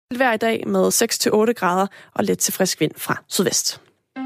Vejr i dag med 6-8 grader og let til frisk vind fra sydvest.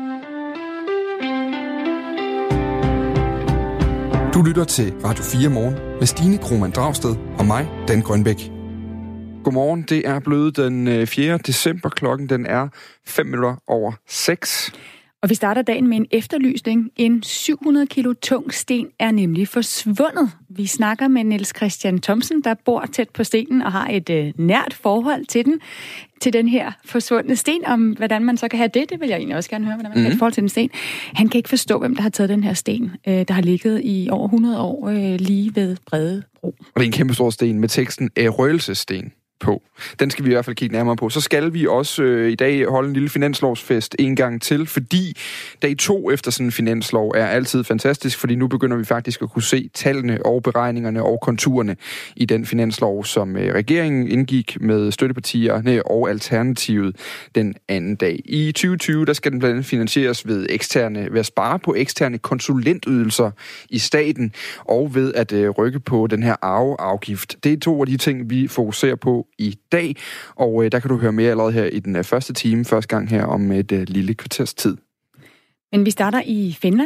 Du lytter til Radio 4 Morgen med Stine Krohmann Dragsted og mig, Dan Grønbæk. Godmorgen, det er blevet den 4. december, klokken den er 6:05. Og vi starter dagen med en efterlysning. En 700 kilo tung sten er nemlig forsvundet. Vi snakker med Niels Christian Thomsen, der bor tæt på stenen og har et nært forhold til den her forsvundne sten. Om hvordan man så kan have det vil jeg egentlig også gerne høre, hvordan man kan have et forhold til den sten. Han kan ikke forstå, hvem der har taget den her sten, der har ligget i over 100 år lige ved Bredebro. Og det er en kæmpe stor sten med teksten røgelsesten på. Den skal vi i hvert fald kigge nærmere på. Så skal vi også i dag holde en lille finanslovsfest en gang til, fordi dag 2 efter sådan en finanslov er altid fantastisk, fordi nu begynder vi faktisk at kunne se tallene og beregningerne og konturerne i den finanslov, som regeringen indgik med støttepartierne og Alternativet den anden dag. I 2020, der skal den blandt andet finansieres ved at spare på eksterne konsulentydelser i staten og ved at rykke på den her arveafgift. Det er 2 af de ting, vi fokuserer på i dag, og der kan du høre mere allerede her i den første time, første gang her om et lille kvarters tid. Men vi starter i Finland.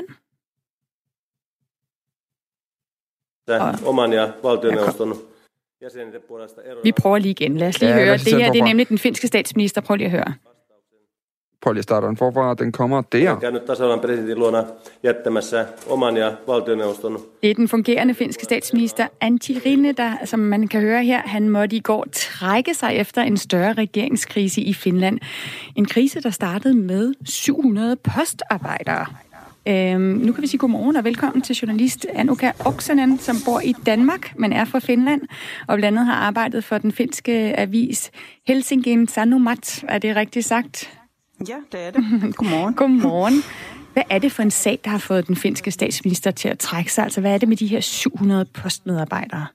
Vi prøver lige igen. Lad os lige høre. Det her det er nemlig den finske statsminister. Prøv lige at høre. Prøv lige at starte den forfra. Den kommer der. Det er den fungerende finske statsminister Antti Rinne, der, som man kan høre her, han måtte i går trække sig efter en større regeringskrise i Finland. En krise, der startede med 700 postarbejdere. Nu kan vi sige godmorgen og velkommen til journalist Anuka Oksanen, som bor i Danmark, men er fra Finland, og blandt andet har arbejdet for den finske avis Helsingin Sanomat. Er det rigtigt sagt? Ja, det er det. Godmorgen. Godmorgen. Hvad er det for en sag, der har fået den finske statsminister til at trække sig? Altså, hvad er det med de her 700 postmedarbejdere?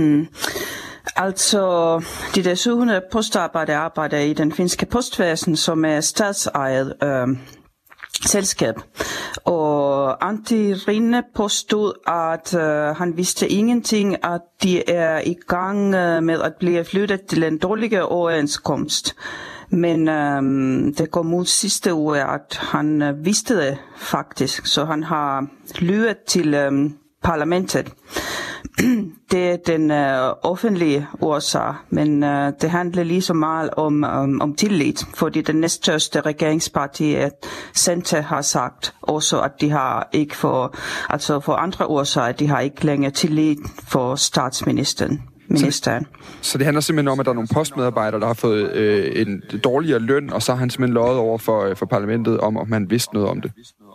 Altså, de der 700 postarbejdere arbejder i den finske postvæsen, som er statsejet selskab. Og Antti Rinne påstod, at han vidste ingenting, at de er i gang med at blive flyttet til en dårligere overenskomst. Men det kom ud sidste uge, at han vidste det faktisk, så han har lyttet til parlamentet. Det er den offentlige årsag, men det handler lige så meget om tillid, fordi den næststørste regeringsparti, Centre, har sagt også, at de har ikke for andre årsager, de har ikke længere tillid for statsministeren. Så det handler simpelthen om, at der er nogle postmedarbejdere, der har fået en dårligere løn, og så har han simpelthen løjet over for parlamentet om man vidste noget om det?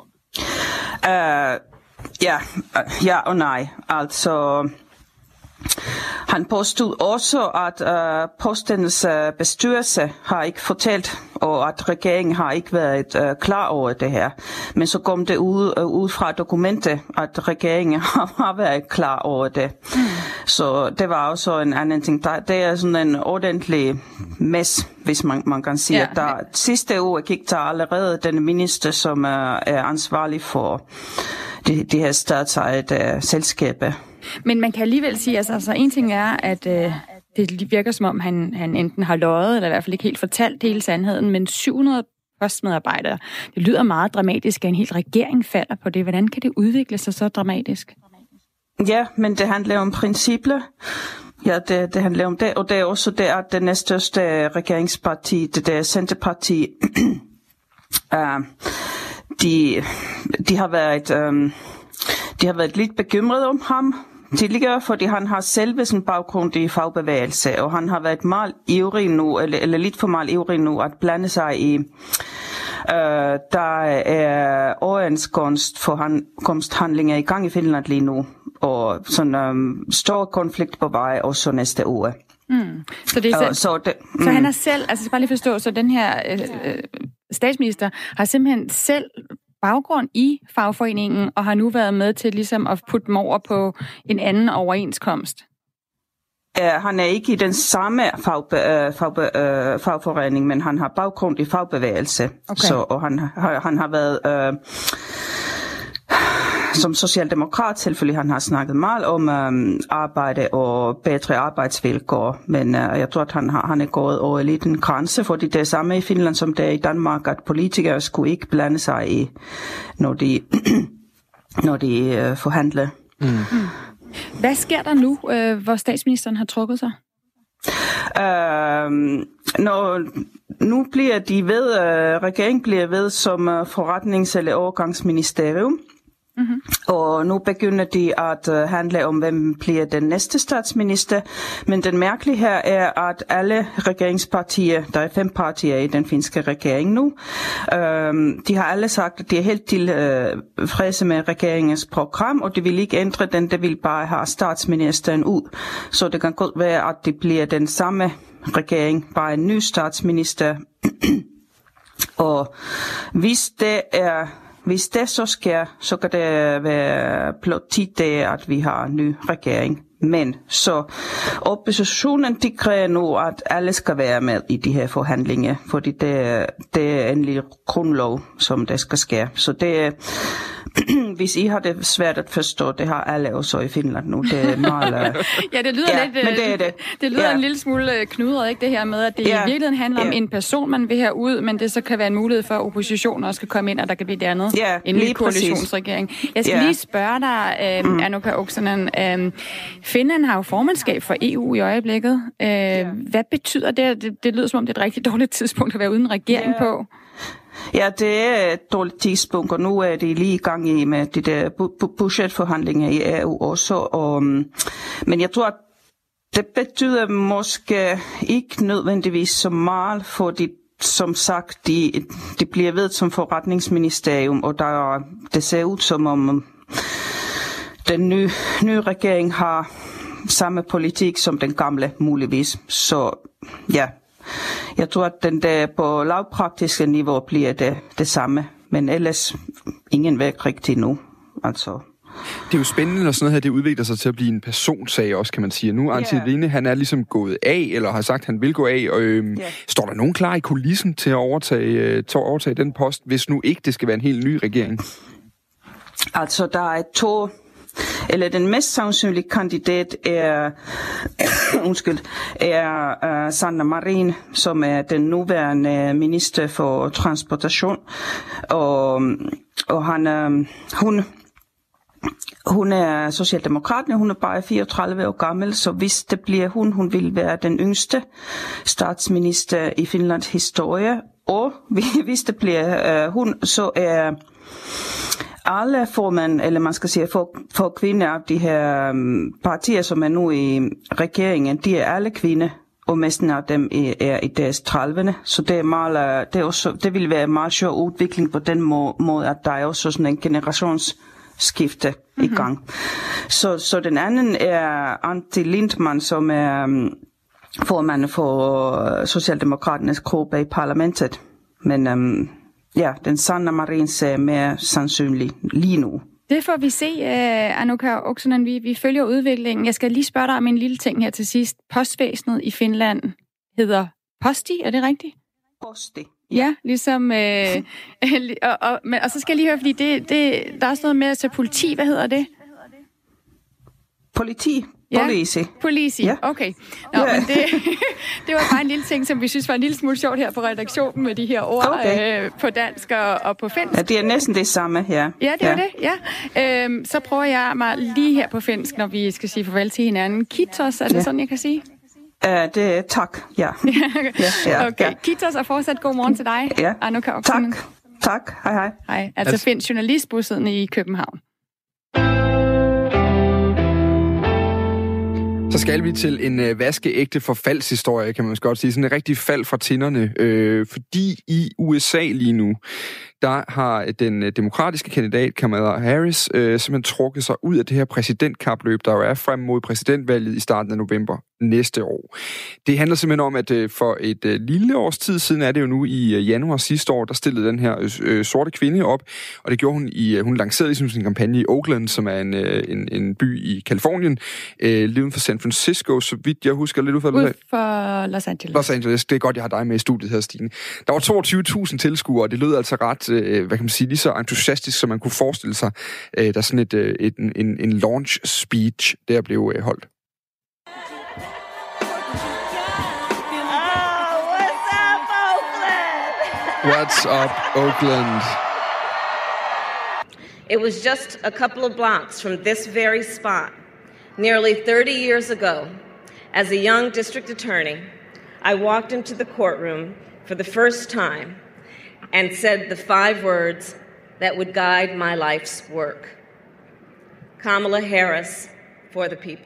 Ja og nej. Altså, han påstod også, at postens bestyrelse har ikke fortalt, og at regeringen har ikke været klar over det her. Men så kom det ud fra dokumentet, at regeringen har været klar over det. Så det var også en anden ting. Det er sådan en ordentlig mess, hvis man kan sige. Ja. Der sidste uge gik der allerede den minister, som er ansvarlig for de her statsejede selskaber. Men man kan alligevel sige, altså en ting er, at det virker som om, han enten har løjet, eller i hvert fald ikke helt fortalt hele sandheden, men 700 postmedarbejdere, det lyder meget dramatisk, at en hel regering falder på det. Hvordan kan det udvikle sig så dramatisk? Ja, men det handler om principper. Ja, det handler om det, og det er også det, at det næststørste regeringsparti, det der Centerparti, de har været lidt bekymrede om ham tidligere, fordi han har selv sin baggrund i fagbevægelse, og han har været meget ivrig nu, eller lidt for meget ivrig nu, at blande sig i der er overenskomsthandlinger i gang i Finland lige nu, og sådan stor konflikt på vej også næste uge. Så det er så han har selv, altså bare lige forstå, så den her statsminister har simpelthen selv baggrund i fagforeningen, og har nu været med til ligesom at putte dem over på en anden overenskomst? Han er ikke i den samme fagforening, men han har baggrund i fagbevægelse. Okay. Så, og han har været som socialdemokrat selvfølgelig, han har snakket meget om arbejde og bedre arbejdsvilkår, men jeg tror, at han er gået over lidt en grænse, fordi det er samme i Finland, som det er i Danmark, at politikere skulle ikke blande sig i, når de forhandler. Hvad sker der nu, hvor statsministeren har trukket sig? Nu bliver de ved, regeringen bliver ved som forretnings- eller overgangsministerium. Mm-hmm. Og nu begynder de at handle om, hvem bliver den næste statsminister. Men den mærkelige her er, at alle regeringspartier, der er 5 partier i den finske regering nu, de har alle sagt, at de er helt tilfredse med regeringens program, og de vil ikke ændre den, de vil bare have statsministeren ud. Så det kan godt være, at det bliver den samme regering, bare en ny statsminister. Og hvis det så sker, så kan det være blot 10 dage, at vi har en ny regering. Men så oppositionen, de kræver nu, at alle skal være med i de her forhandlinger, fordi det er en lille grundlov, som det skal ske. Så det hvis I har det svært at forstå, det har alle også i Finland nu. Det er meget... ja, det lyder lidt... Men det lyder en lille smule knudret, ikke, det her med, at det i virkeligheden handler om en person, man vil have ud, men det så kan være en mulighed for, at oppositionen også kan komme ind, og der kan blive det andet. En ny koalitionsregering. Jeg skal lige spørge dig, Anuka Oksanen. Finland har jo formandskab for EU i øjeblikket. Hvad betyder det? Det lyder som om, det er et rigtig dårligt tidspunkt at være uden regering på. Ja, det er et dårligt tidspunkt, og nu er det lige i gang med de der budgetforhandlinger i EU også. Men jeg tror, at det betyder måske ikke nødvendigvis så meget, fordi som sagt, de bliver ved som forretningsministerium, og det ser ud som om den nye regering har samme politik som den gamle muligvis. Så ja, jeg tror, at den der på lavpraktiske niveau bliver det samme, men ellers ingen væk rigtig nu. Altså. Det er jo spændende, når sådan noget her det udvikler sig til at blive en personsag også, kan man sige. Nu Antti Rinne, han er ligesom gået af, eller har sagt, at han vil gå af. Og, står der nogen klar i kulissen til at overtage den post, hvis nu ikke det skal være en helt ny regering? Altså, der er den mest sandsynlige kandidat er Sanna Marin, som er den nuværende minister for transportation. Og hun er socialdemokrat, hun er bare 34 år gammel, så hvis det bliver hun vil være den yngste statsminister i Finlands historie. Og hvis det bliver hun, så er alle formand, eller man skal sige for kvinder af de her partier, som er nu i regeringen, de er alle kvinder, og mesten af dem er i deres 30'erne. Så det vil være en meget sjov udvikling på den måde, at der er også sådan en generationsskifte i gang. Så den anden er Antti Lindman, som er formand for Socialdemokraternes gruppe i parlamentet. Men den Sanna Marin er mere sandsynlig lige nu. Det får vi se, Anuka Oksanen. Vi følger udviklingen. Jeg skal lige spørge dig om en lille ting her til sidst. Postvæsenet i Finland hedder Posti, er det rigtigt? Posti. Ja, ligesom... og så skal jeg lige høre, fordi der er også noget med at tage politi. Hvad hedder det? Polici. Ja, okay. Nå, men det var bare en lille ting, som vi synes var en lille smule sjovt her på redaktionen med de her ord på dansk og på finsk. Ja, det er næsten det samme, ja. Ja, det er det, ja. Så prøver jeg mig lige her på finsk, når vi skal sige farvel til hinanden. Kiitos, er det sådan, jeg kan sige? Det er tak, ja. Okay, kiitos og fortsat god morgen til dig, Anuka Oksanen. Tak, hej. Hej, altså Finns journalist bosiddende i København. Så skal vi til en vaskeægte forfaldshistorie, kan man godt sige. Sådan en rigtig fald fra tinderne. Fordi i USA lige nu, der har den demokratiske kandidat Kamala Harris simpelthen trukket sig ud af det her præsidentkapløb, der jo er frem mod præsidentvalget i starten af november næste år. Det handler simpelthen om, at for et lille års tid siden, er det jo nu i januar sidste år, der stillede den her sorte kvinde op, og det gjorde hun lancerede ligesom sin kampagne i Oakland, som er en by i Kalifornien, lige uden for San Francisco, så vidt jeg husker, lidt ud for Los Angeles. Los Angeles, det er godt, jeg har dig med i studiet her, Stine. Der var 22.000 tilskuere, og det lød altså ret hvad kan man sige, lige så entusiastisk, som man kunne forestille sig, da sådan en launch speech der blev holdt. What's up, Oakland? It was just a couple of blocks from this very spot, nearly 30 years ago, as a young district attorney, I walked into the courtroom for the first time and said the 5 words that would guide my life's work. Kamala Harris for the people.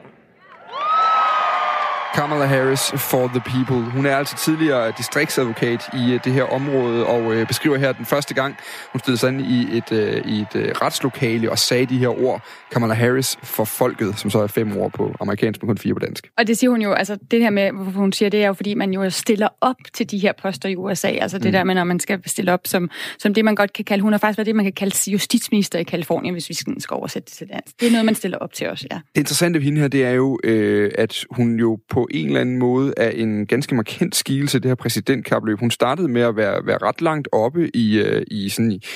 Kamala Harris for the people. Hun er altså tidligere distriktsadvokat i det her område, og beskriver her den første gang, hun stillede sig ind i et retslokale og sagde de her ord, Kamala Harris for folket, som så er 5 ord på amerikansk, men kun 4 på dansk. Og det siger hun jo, altså det her med, hvorfor hun siger det, er jo fordi, man jo stiller op til de her poster i USA, altså det der med, når man skal stille op som det, man godt kan kalde, hun har faktisk været det, man kan kalde justitsminister i Kalifornien, hvis vi skal oversætte det til dansk. Det er noget, man stiller op til os, ja. Det interessante ved hende her, det er jo, at hun jo på en eller anden måde er en ganske markant skikkelse, det her præsidentkapløb. Hun startede med at være ret langt oppe i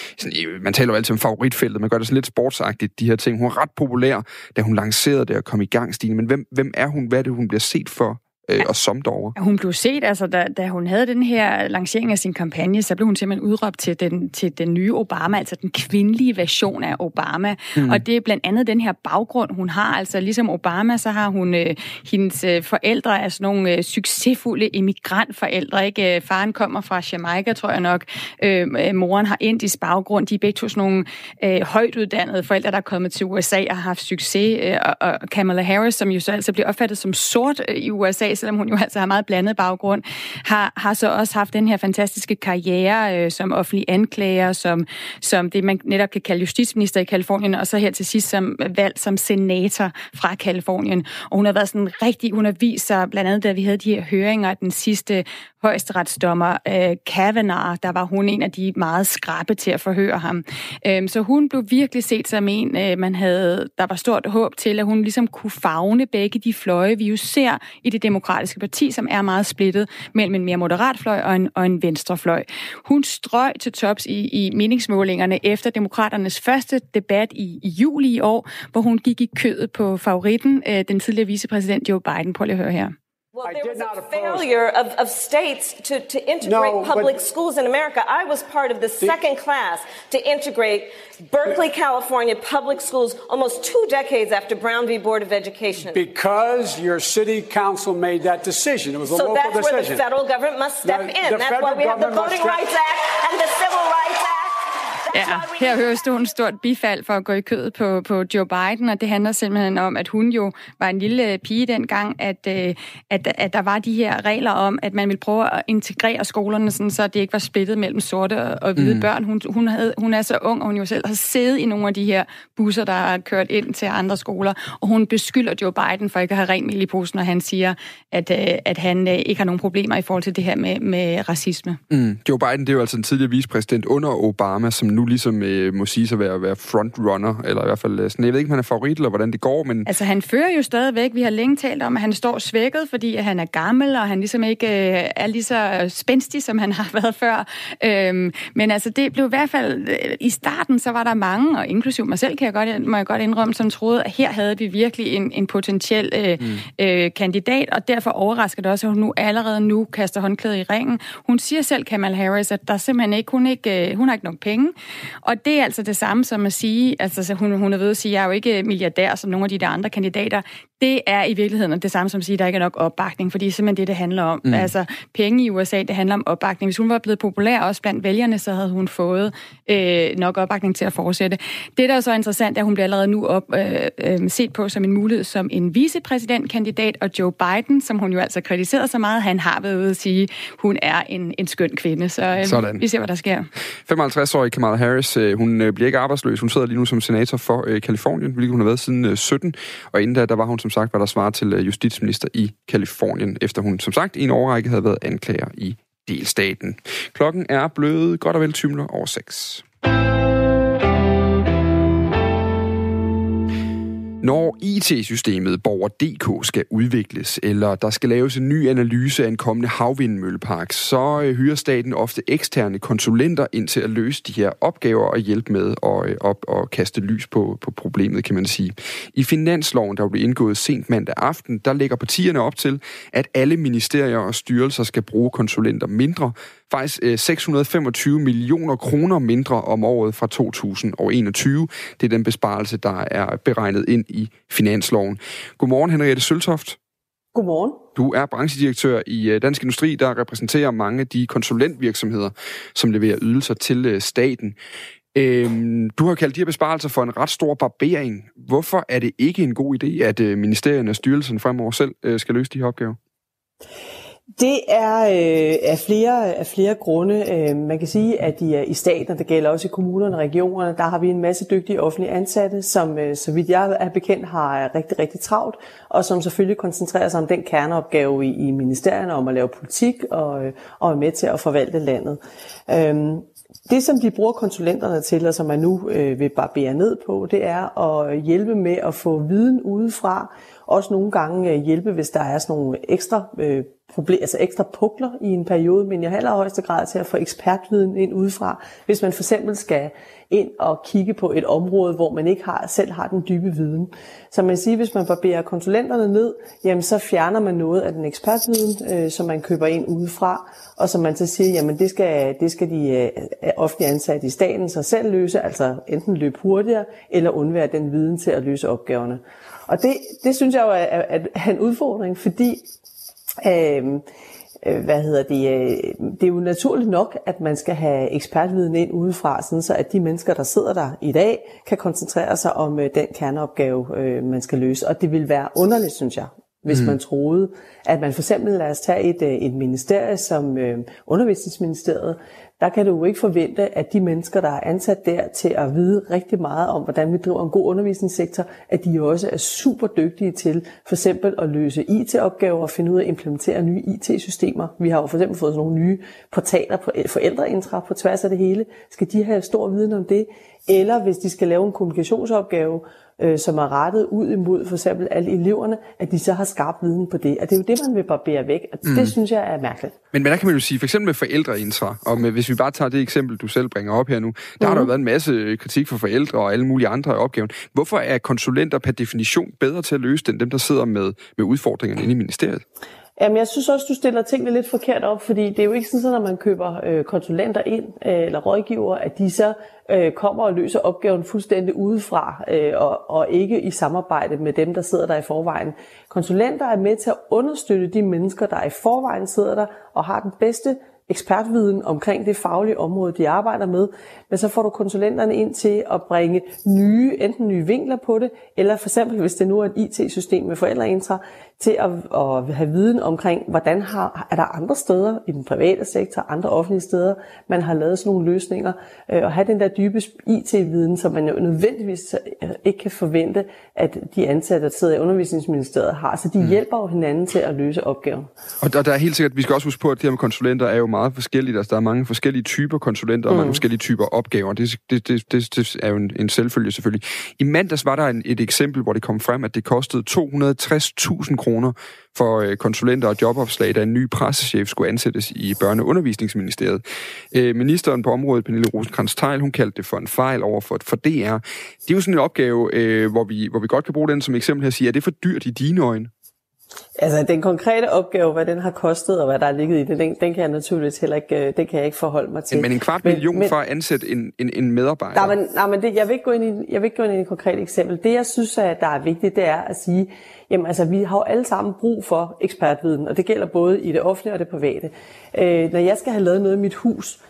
man taler jo altid om favoritfeltet, man gør det sådan lidt sportsagtigt, de her ting. Hun er ret populær, da hun lancerede det og kom i gang, Stine. Men hvem er hun? Hvad er det, hun bliver set for? Og som derovre. Hun blev set, altså da hun havde den her lancering af sin kampagne, så blev hun simpelthen udråbt til den nye Obama, altså den kvindelige version af Obama. Og det er blandt andet den her baggrund, hun har. Altså ligesom Obama, så har hun hendes forældre er sådan nogle succesfulde immigrantforældre. Ikke? Faren kommer fra Jamaica, tror jeg nok. Moren har indisk baggrund. De er begge to sådan nogle højt uddannede forældre, der er kommet til USA og har haft succes. Og Kamala Harris, som jo så altså bliver opfattet som sort i USA, selvom hun jo altså har meget blandet baggrund, har så også haft den her fantastiske karriere som offentlig anklager, som det, man netop kan kalde justitsminister i Kalifornien, og så her til sidst som valgt som senator fra Kalifornien. Og hun har været sådan rigtig, hun har vist sig, blandt andet da vi havde de her høringer, den sidste højesteretsdommer Kavanaugh, der var hun en af de meget skrappe til at forhøre ham. Så hun blev virkelig set som en, der var stort håb til, at hun ligesom kunne favne begge de fløje, vi jo ser i det demokratiske parti, som er meget splittet mellem en mere moderat fløj og en venstrefløj. Hun strøg til tops i meningsmålingerne efter demokraternes første debat i juli i år, hvor hun gik i kødet på favoritten, den tidligere vicepræsident Joe Biden. Prøv lige at høre her. Well, there was a failure of states to integrate public schools in America. I was part of the second class to integrate Berkeley, California public schools almost 2 decades after Brown v. Board of Education. Because your city council made that decision. It was a local decision. So that's where the federal government must step in. That's why we have the Voting Rights Act and the Civil Rights Act. Ja, her høres du en stort bifald for at gå i kødet på Joe Biden, og det handler simpelthen om, at hun jo var en lille pige dengang, at der var de her regler om, at man ville prøve at integrere skolerne, sådan, så det ikke var splittet mellem sorte og hvide børn. Hun er så ung, og hun jo selv har siddet i nogle af de her busser, der er kørt ind til andre skoler, og hun beskylder Joe Biden for ikke at have rent mel i posen, når han siger, at han ikke har nogen problemer i forhold til det her med racisme. Joe Biden, det er jo altså en tidligere vicepræsident under Obama, som nu ligesom må sige sig at være frontrunner, eller i hvert fald sådan, jeg ved ikke, om han er favorit, eller hvordan det går, men... Altså, han fører jo stadigvæk, vi har længe talt om, at han står svækket, fordi han er gammel, og han ligesom ikke er lige så spændstig, som han har været før. Men altså, det blev i hvert fald... I starten, så var der mange, og inklusiv mig selv, må jeg godt indrømme, som troede, at her havde vi virkelig en potentiel kandidat, og derfor overrasker det også, at hun allerede nu kaster håndklædet i ringen. Hun siger selv, Kamala Harris, at der simpelthen ikke, hun har ikke nok penge. Og det er altså det samme som at sige, altså hun er ved at sige, jeg er jo ikke milliardær som nogle af de der andre kandidater. Det er i virkeligheden det samme som at sige, at der ikke er nok opbakning, fordi det er simpelthen det handler om. Altså penge i USA, det handler om opbakning. Hvis hun var blevet populær også blandt vælgerne, så havde hun fået nok opbakning til at fortsætte. Det, der er så interessant, er, at hun bliver allerede nu set på som en mulighed som en vicepræsidentkandidat, og Joe Biden, som hun jo altså kritiserede så meget, han har været ude at sige, hun er en skøn kvinde. Så vi ser, hvad der sker. 55-årig Kamala Harris, hun bliver ikke arbejdsløs. Hun sidder lige nu som senator for Kalifornien, hvilket hun har været siden 17. Og inden der var hun som sagt, hvad der svarer til justitsminister i Kalifornien, efter hun som sagt i en årrække havde været anklager i delstaten. Klokken er blevet godt og vel 20:07. Når IT-systemet Borger.dk skal udvikles, eller der skal laves en ny analyse af en kommende havvindmøllepark, så hyrer staten ofte eksterne konsulenter ind til at løse de her opgaver og hjælpe med at kaste lys på problemet, kan man sige. I finansloven, der blev indgået sent mandag aften, der lægger partierne op til, at alle ministerier og styrelser skal bruge konsulenter mindre. Faktisk 625 millioner kroner mindre om året fra 2021. Det er den besparelse, der er beregnet ind i finansloven. Godmorgen, Henriette Søltoft. Godmorgen. Du er branchedirektør i Dansk Industri, der repræsenterer mange af de konsulentvirksomheder, som leverer ydelser til staten. Du har kaldt de her besparelser for en ret stor barbering. Hvorfor er det ikke en god idé, at ministerierne og styrelsen fremover selv skal løse de her opgaver? Det er af flere grunde. Man kan sige, at i staten, og det gælder også i kommunerne og regionerne, der har vi en masse dygtige offentlige ansatte, som, så vidt jeg er bekendt, har rigtig, rigtig travlt, og som selvfølgelig koncentrerer sig om den kerneopgave i ministerierne om at lave politik og er med til at forvalte landet. Det, som de bruger konsulenterne til, og som man nu vil barbere ned på, det er at hjælpe med at få viden udefra. Også nogle gange hjælpe, hvis der er sådan nogle ekstra ekstra pukler i en periode, men i allerhøjeste grad til at få ekspertviden ind udefra. Hvis man for eksempel skal ind og kigge på et område, hvor man ikke selv har den dybe viden. Så man siger, hvis man barberer konsulenterne ned, jamen så fjerner man noget af den ekspertviden, som man køber ind udefra, og som man så siger, jamen det skal de offentlige ansatte i staten sig selv løse, altså enten løbe hurtigere, eller undvære den viden til at løse opgaverne. Og det synes jeg jo er en udfordring, fordi det er jo naturligt nok, at man skal have ekspertviden ind udefra, sådan så at de mennesker, der sidder der i dag, kan koncentrere sig om den kerneopgave, man skal løse. Og det vil være underligt, synes jeg, hvis man troede, at man for eksempel, lad os tage et ministerie som Undervisningsministeriet, der kan du jo ikke forvente, at de mennesker, der er ansat der til at vide rigtig meget om, hvordan vi driver en god undervisningssektor, at de også er super dygtige til for eksempel at løse IT-opgaver og finde ud af at implementere nye IT-systemer. Vi har jo for eksempel fået sådan nogle nye portaler på forældreintra på tværs af det hele. Skal de have stor viden om det? Eller hvis de skal lave en kommunikationsopgave, som er rettet ud imod for eksempel alle eleverne, at de så har skarp viden på det. Og det er jo det, man vil barbere væk, og det synes jeg er mærkeligt. Men der kan man jo sige, for eksempel med forældreintra, og hvis vi bare tager det eksempel, du selv bringer op her nu, der har der jo været en masse kritik for forældre og alle mulige andre i opgaven. Hvorfor er konsulenter per definition bedre til at løse det, end dem, der sidder med udfordringerne inde i ministeriet? Jamen, jeg synes også, du stiller tingene lidt forkert op, fordi det er jo ikke sådan, når man køber konsulenter ind, eller rådgiver, at de så kommer og løser opgaven fuldstændig udefra, og ikke i samarbejde med dem, der sidder der i forvejen. Konsulenter er med til at understøtte de mennesker, der i forvejen sidder der, og har den bedste ekspertviden omkring det faglige område, de arbejder med, men så får du konsulenterne ind til at bringe enten nye vinkler på det, eller for eksempel, hvis det nu er et IT-system med forældreintra, til at have viden omkring, hvordan er der andre steder i den private sektor, andre offentlige steder, man har lavet sådan nogle løsninger, og have den der dybe IT-viden, som man jo nødvendigvis ikke kan forvente, at de ansatte, der sidder i Undervisningsministeriet, har. Så de hjælper jo hinanden til at løse opgaven. Og der er helt sikkert, vi skal også huske på, at det her med konsulenter er jo meget forskelligt. Altså, der er mange forskellige typer konsulenter og mange forskellige typer opgaver. Det er jo en selvfølge selvfølgelig. I mandags var der et eksempel, hvor det kom frem, at det kostede 260.000 kroner for konsulenter og jobopslag, da en ny pressechef skulle ansættes i Børne- og Undervisningsministeriet. Ministeren på området, Pernille Rosenkrantz-Theil, hun kaldte det for en fejl over for DR. Det er jo sådan en opgave, hvor vi godt kan bruge den som eksempel her og sige, er det for dyrt i dine øjne? Altså, den konkrete opgave, hvad den har kostet, og hvad der er ligget i det, den kan jeg naturligvis heller ikke, det kan jeg ikke forholde mig til. Men 250.000 for at ansætte en medarbejder? Jeg vil ikke gå ind i et konkret eksempel. Det, jeg synes, der er vigtigt, det er at sige, jamen altså, vi har jo alle sammen brug for ekspertviden, og det gælder både i det offentlige og det private. Når jeg skal have lavet noget i mit hus,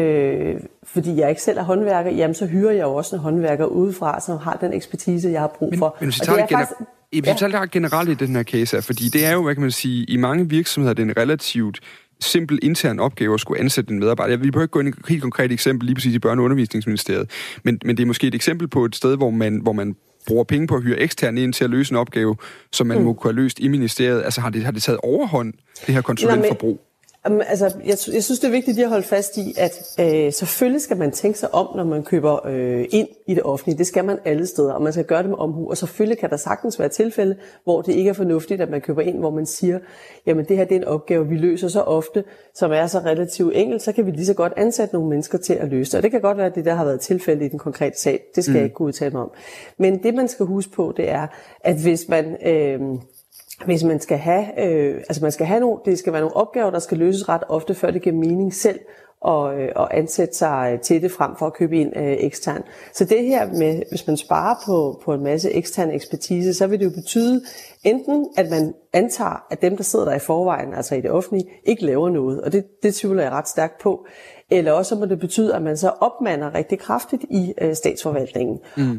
fordi jeg ikke selv er håndværker, jamen så hyrer jeg jo også en håndværker udefra, som har den ekspertise, jeg har brug for. Men hvis vi tager det generelt i den her case her, fordi det er jo, hvad kan man sige, i mange virksomheder, det er en relativt simpel intern opgave at skulle ansætte en medarbejder. Vi behøver ikke gå ind i et helt konkret eksempel, lige præcis i Børne- og Undervisningsministeriet, men det er måske et eksempel på et sted, hvor man bruger penge på at hyre eksterne ind til at løse en opgave, som man må kunne have løst i ministeriet. Altså har det taget overhånd, det her konsulentforbrug? Jeg synes, det er vigtigt lige at holde fast i, at selvfølgelig skal man tænke sig om, når man køber ind i det offentlige. Det skal man alle steder, og man skal gøre det med omhu. Og selvfølgelig kan der sagtens være tilfælde, hvor det ikke er fornuftigt, at man køber ind, hvor man siger, jamen det her det er en opgave, vi løser så ofte, som er så relativt enkelt, så kan vi lige så godt ansætte nogle mennesker til at løse det. Og det kan godt være, at det der har været tilfælde i den konkrete sag. Det skal jeg ikke kunne udtale mig om. Men det, man skal huske på, det er, at hvis man skal have, det skal være nogle opgaver, der skal løses ret ofte, før det giver mening selv at ansætte sig til det, frem for at købe ind ekstern. Så det her med, hvis man sparer på en masse ekstern ekspertise, så vil det jo betyde enten, at man antager, at dem, der sidder der i forvejen, altså i det offentlige, ikke laver noget, og det tvivler jeg ret stærkt på. Eller også må det betyde, at man så opmander rigtig kraftigt i statsforvaltningen.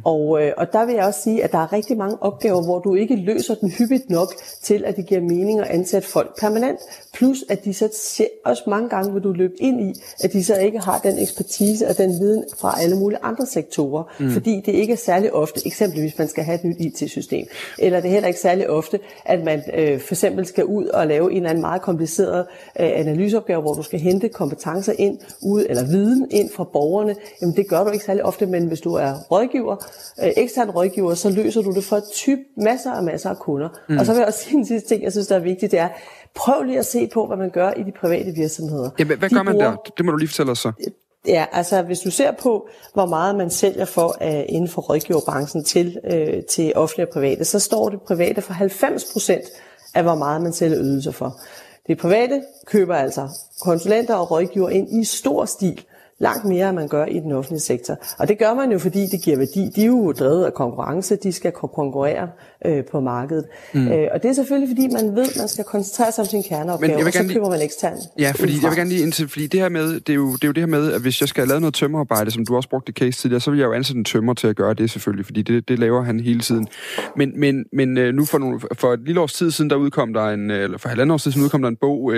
Og der vil jeg også sige, at der er rigtig mange opgaver, hvor du ikke løser den hyppigt nok til, at det giver mening at ansætte folk permanent. Plus, at de så også mange gange vil du løbe ind i, at de så ikke har den ekspertise og den viden fra alle mulige andre sektorer. Fordi det ikke er særlig ofte, eksempelvis man skal have et nyt IT-system. Eller det er heller ikke særlig ofte, at man for eksempel skal ud og lave en eller anden meget kompliceret analyseopgave, hvor du skal hente kompetencer ind, eller viden ind fra borgerne. Jamen det gør du ikke særlig ofte, men hvis du er rådgiver, ekstern rådgiver, så løser du det for masser af kunder. Og så vil jeg også sige en sidste ting, jeg synes, der er vigtigt, det er, prøv lige at se på, hvad man gør i de private virksomheder. Ja, hvad gør man der? Det må du lige fortælle os så. Ja, altså hvis du ser på, hvor meget man sælger for inden for rådgiverbranchen til offentlige og private, så står det private for 90% af, hvor meget man sælger ydelser for. Det private køber altså konsulenter og rådgiver ind i stor stil, langt mere, end man gør i den offentlige sektor. Og det gør man jo, fordi det giver værdi. De er jo drevet af konkurrence, de skal konkurrere på markedet. Og det er selvfølgelig, fordi man ved, at man skal koncentrere sig om sin kerneopgave, og så køber man ekstern. Ja, fordi jeg vil gerne lige indtil, fordi det her med, det er jo det her med, at hvis jeg skal lave noget tømmerarbejde, som du også brugte case tidligere, så vil jeg jo ansætte en tømmer til at gøre det selvfølgelig, fordi det laver han hele tiden. Men nu for et lille års tid siden, der udkom der eller for halvandet års tid siden udkom der en bog,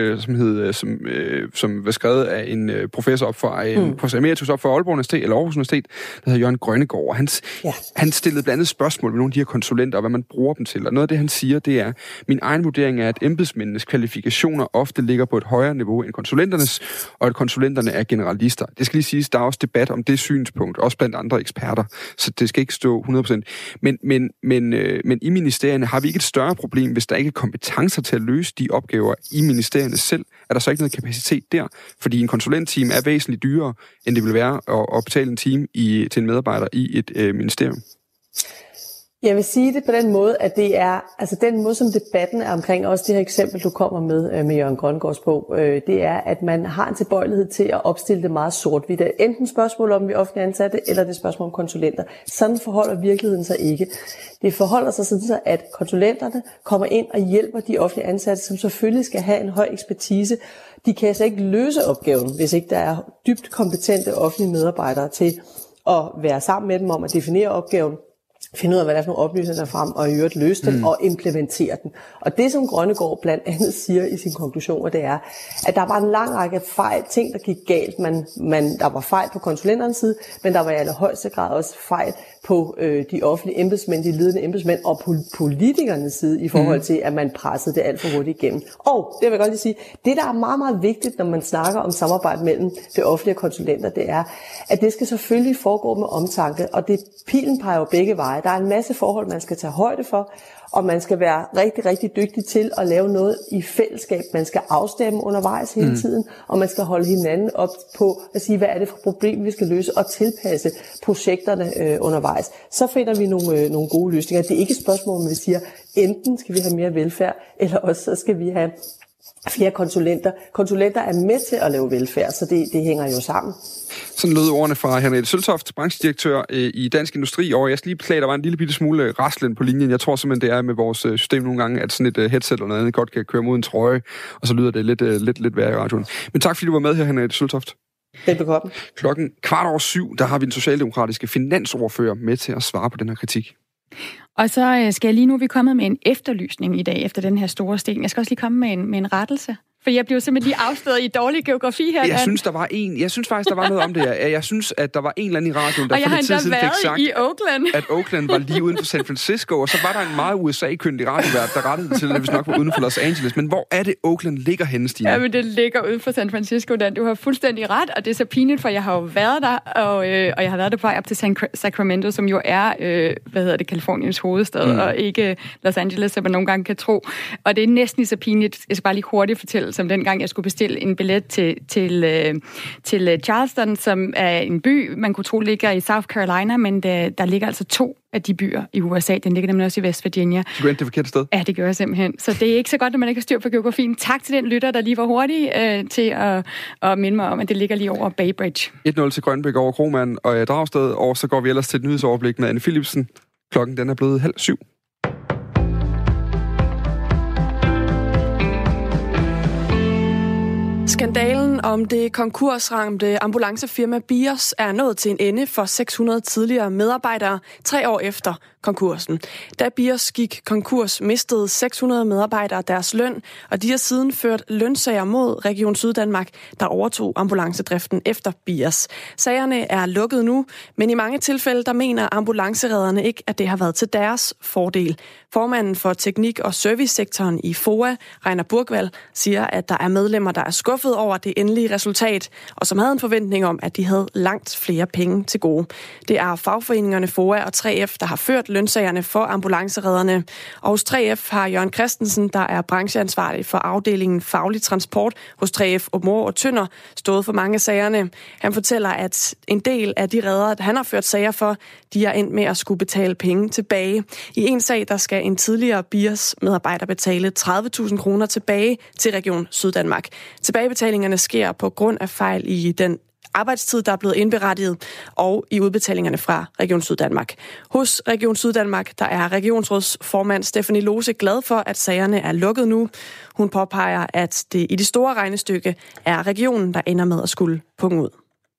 som var skrevet af en professor op fra professor emeritus op for Aalborg Universitet, eller Aarhus Universitet, der hedder Jørgen Grønnegård. Han stillede blandt andet spørgsmål med nogle af de her konsulenter, og hvad man bruger dem til. Og noget af det, han siger, det er, min egen vurdering er, at embedsmændenes kvalifikationer ofte ligger på et højere niveau end konsulenternes, og at konsulenterne er generalister. Det skal lige siges, der er også debat om det synspunkt, også blandt andre eksperter, så det skal ikke stå 100%. Men i ministerierne har vi ikke et større problem, hvis der ikke er kompetencer til at løse de opgaver i ministerierne selv. Er der så ikke noget kapacitet der? Fordi en konsulentteam er væsentligt dyrere, end det vil være at betale en time til en medarbejder i et ministerium. Jeg vil sige det på den måde, at det er, altså den måde, som debatten er omkring, også det her eksempel, du kommer med Jørgen Grønnegårds bog, det er, at man har en tilbøjelighed til at opstille det meget sort-hvidt. Enten spørgsmål om vi offentligt ansatte, eller det er spørgsmål om konsulenter. Sådan forholder virkeligheden sig ikke. Det forholder sig sådan, at konsulenterne kommer ind og hjælper de offentlige ansatte, som selvfølgelig skal have en høj ekspertise. De kan altså ikke løse opgaven, hvis ikke der er dybt kompetente offentlige medarbejdere til at være sammen med dem om at definere opgaven, finde ud af, hvad der er for nogle oplysninger der frem, og i øvrigt løse den og implementere den. Og det, som Grønnegård blandt andet siger i sine konklusioner, det er, at der var en lang række ting, der gik galt. Der var fejl på konsulenternes side, men der var i allerhøjeste grad også fejl på de offentlige embedsmænd, de ledende embedsmænd, og på politikernes side i forhold til, at man pressede det alt for hurtigt igennem. Og det vil jeg godt lige sige, det der er meget, meget vigtigt, når man snakker om samarbejde mellem det offentlige og konsulenter, det er, at det skal selvfølgelig foregå med omtanke, og pilen peger jo begge veje. Der er en masse forhold, man skal tage højde for, og man skal være rigtig, rigtig dygtig til at lave noget i fællesskab. Man skal afstemme undervejs hele tiden, og man skal holde hinanden op på at sige, hvad er det for problem, vi skal løse, og tilpasse projekterne undervejs. Så finder vi nogle gode løsninger. Det er ikke et spørgsmål, om vi siger, enten skal vi have mere velfærd, eller også så skal vi have flere konsulenter. Konsulenter er med til at lave velfærd, så det hænger jo sammen. Sådan lød ordene fra Henriette Søltoft, branchedirektør i Dansk Industri, og jeg skal lige beklage, der var en lille bitte smule raslen på linjen. Jeg tror simpelthen, det er med vores system nogle gange, at sådan et headset eller noget andet godt kan køre mod en trøje, og så lyder det lidt værre i radioen. Men tak fordi du var med her, Henriette Søltoft. Velbekomme. 7:15, der har vi den socialdemokratiske finansordfører med til at svare på den her kritik. Og så skal jeg lige nu, vi er kommet med en efterlysning i dag efter den her store sten. Jeg skal også lige komme med en rettelse. For jeg blev simpelthen lige afsløret i dårlig geografi her. Jeg synes faktisk, der var noget om det her. Jeg synes, at der var en eller anden i radioen, der for lidt tid siden fik sagt, i Oakland. at Oakland var lige uden for San Francisco, og så var der en meget USA-kyndig radiovært, der rettede det til, at vi nok var uden for Los Angeles. Men hvor er det, Oakland ligger henne, Stine? Ja, men det ligger uden for San Francisco, Dan. Du har fuldstændig ret, og det er så pinligt, for jeg har jo været der, og jeg har været der på vej op til Sacramento, som jo er, Californiens hovedstad, og ikke Los Angeles, som man nogle gange kan tro. Og det er næsten lige så pinligt. Jeg skal bare lige hurtigt fortælle, som dengang jeg skulle bestille en billet til Charleston, som er en by, man kunne tro ligger i South Carolina, men der ligger altså 2 af de byer i USA. Den ligger nemlig også i West Virginia. Du endte det forkerte sted? Ja, det gør jeg simpelthen. Så det er ikke så godt, når man ikke har styr på geografien. Tak til den lytter, der lige var hurtig til at minde mig om, at det ligger lige over Bay Bridge. 1-0 til Grønbæk over Krohmann og Dragsted, og så går vi ellers til et nyhedsoverblik med Anne Philipsen. Klokken den er blevet 6:30. Skandalen om det konkursramte ambulancefirma Bios er nået til en ende for 600 tidligere medarbejdere 3 år efter konkursen. Da Bios gik konkurs, mistede 600 medarbejdere deres løn, og de har siden ført lønsager mod Region Syddanmark, der overtog ambulancedriften efter Bios. Sagerne er lukket nu, men i mange tilfælde der mener ambulanceredderne ikke, at det har været til deres fordel. Formanden for teknik- og servicesektoren i FOA, Reiner Burgvald, siger, at der er medlemmer, der er skuffet over det endelige resultat, og som havde en forventning om, at de havde langt flere penge til gode. Det er fagforeningerne FOA og 3F, der har ført lønsagerne for ambulanceredderne. Og hos 3F har Jørgen Christensen, der er brancheansvarlig for afdelingen faglig transport hos 3F og Mor og Tønder, stået for mange af sagerne. Han fortæller, at en del af de reddere, han har ført sager for, de er endt med at skulle betale penge tilbage. I en sag, der skal en tidligere Bios medarbejder betale 30.000 kroner tilbage til Region Syddanmark. Tilbagebetalingerne sker på grund af fejl i den arbejdstid, der er blevet indberettet, og i udbetalingerne fra Region Syddanmark. Hos Region Syddanmark, der er regionsrådsformand Stephanie Lose glad for, at sagerne er lukket nu. Hun påpeger, at det i det store regnestykke er regionen, der ender med at skulle punge ud.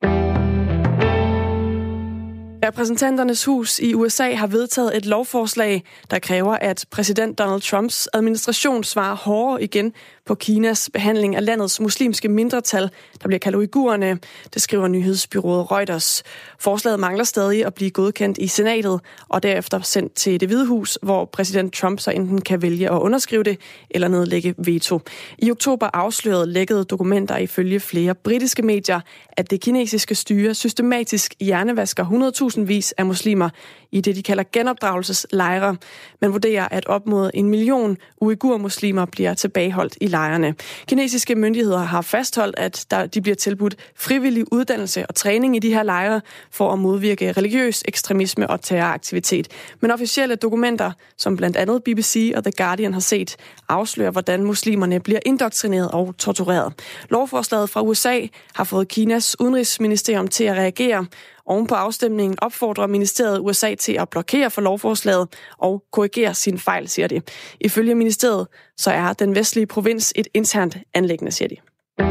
Repræsentanternes hus i USA har vedtaget et lovforslag, der kræver, at præsident Donald Trumps administration svarer hårdere igen på Kinas behandling af landets muslimske mindretal, der bliver kaldt uigurerne. Det skriver nyhedsbyrået Reuters. Forslaget mangler stadig at blive godkendt i senatet, og derefter sendt til Det Hvide Hus, hvor præsident Trump så enten kan vælge at underskrive det eller nedlægge veto. I oktober afslørede lækkede dokumenter ifølge flere britiske medier, at det kinesiske styre systematisk hjernevasker 100.000 af muslimer i det, de kalder genopdragelseslejre. Man vurderer, at op mod 1 million uigur-muslimer bliver tilbageholdt i lejrene. Kinesiske myndigheder har fastholdt, at de bliver tilbudt frivillig uddannelse og træning i de her lejre for at modvirke religiøs ekstremisme og terroraktivitet. Men officielle dokumenter, som blandt andet BBC og The Guardian har set, afslører, hvordan muslimerne bliver indoktrineret og tortureret. Lovforslaget fra USA har fået Kinas udenrigsministerium til at reagere. Oven på afstemningen opfordrer ministeriet USA til at blokere for lovforslaget og korrigere sine fejl, siger de. Ifølge ministeriet så er den vestlige provins et internt anliggende, siger de.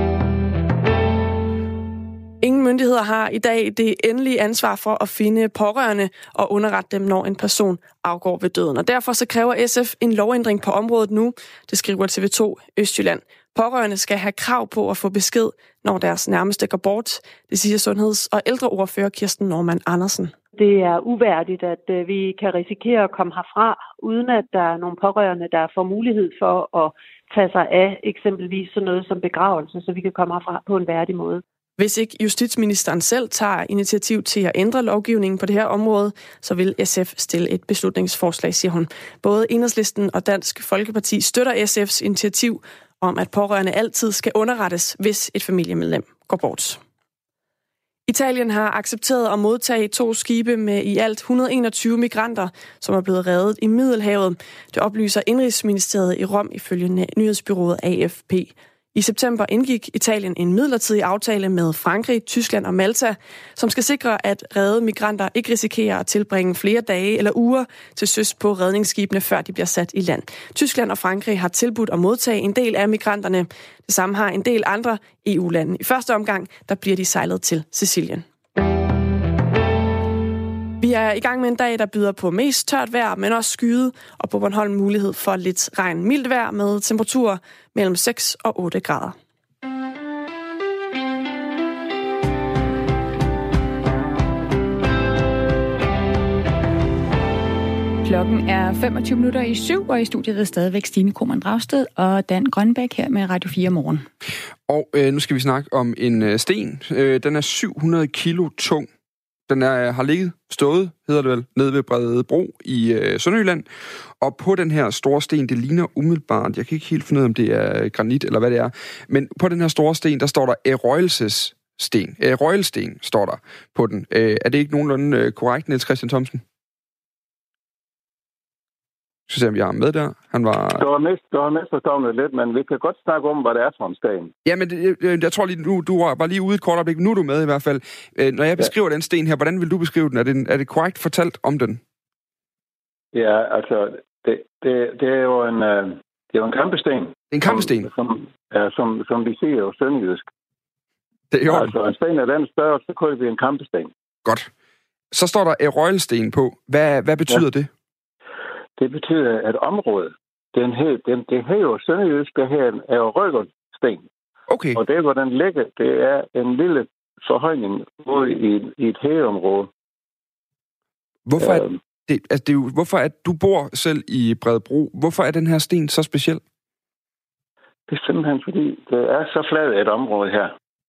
Ingen myndigheder har i dag det endelige ansvar for at finde pårørende og underrette dem, når en person afgår ved døden. Og derfor så kræver SF en lovændring på området nu, det skriver TV2 Østjylland. Pårørende skal have krav på at få besked, når deres nærmeste går bort. Det siger sundheds- og ældreordfører Kirsten Normann Andersen. Det er uværdigt, at vi kan risikere at komme herfra, uden at der er nogle pårørende, der får mulighed for at tage sig af eksempelvis sådan noget som begravelse, så vi kan komme herfra på en værdig måde. Hvis ikke justitsministeren selv tager initiativ til at ændre lovgivningen på det her område, så vil SF stille et beslutningsforslag, siger hun. Både Enhedslisten og Dansk Folkeparti støtter SF's initiativ om, at pårørende altid skal underrettes, hvis et familiemedlem går bort. Italien har accepteret at modtage 2 skibe med i alt 121 migranter, som er blevet reddet i Middelhavet. Det oplyser Indrigsministeriet i Rom ifølge nyhedsbyrået AFP. I september indgik Italien en midlertidig aftale med Frankrig, Tyskland og Malta, som skal sikre, at reddede migranter ikke risikerer at tilbringe flere dage eller uger til søs på redningsskibene, før de bliver sat i land. Tyskland og Frankrig har tilbudt at modtage en del af migranterne. Det samme har en del andre EU-lande. I første omgang, der bliver de sejlet til Sicilien. Vi Vi er i gang med en dag, der byder på mest tørt vejr, men også skyet, og på Bornholm mulighed for lidt regn. Mildt vejr med temperaturer mellem 6 og 8 grader. Klokken er 7:25, og i studiet er stadigvæk Stine Krohmann Dragsted og Dan Grønbæk her med Radio 4 Morgen. Og nu skal vi snakke om en sten. Den er 700 kilo tung. Den har stået, hedder det vel, nede ved Bredebro i Sønderjylland. Og på den her store sten, det ligner umiddelbart, jeg kan ikke helt finde ud af, om det er granit eller hvad det er, men på den her store sten, der står der Røgelsessten. Røgelsten står der på den. Er det ikke nogenlunde korrekt, Niels Christian Thomsen? Så ser vi ham med der. Han var... Du har misforstået lidt, men vi kan godt snakke om, hvad det er for en sten. Ja, men jeg tror lige, du var lige ude et kort øjeblik. Nu er du med i hvert fald. Når jeg beskriver den sten her, hvordan vil du beskrive den? Er det korrekt fortalt om den? Ja, altså, det er jo en kampesten. En kampesten? Som vi siger jo sønderjysk. Det er jo... Altså, en sten af den størrelse, så kalder vi en kampesten. Godt. Så står der røgelsten på. Hvad betyder det? Det betyder, at området, det her jo sønderjysk, det her er jo røgelsten. Okay. Og det, hvor den ligger, det er en lille forhøjning ud i et hæveområde. Hvorfor er du bor selv i Bredebro? Hvorfor er den her sten så speciel? Det er simpelthen, fordi det er så fladt et område her.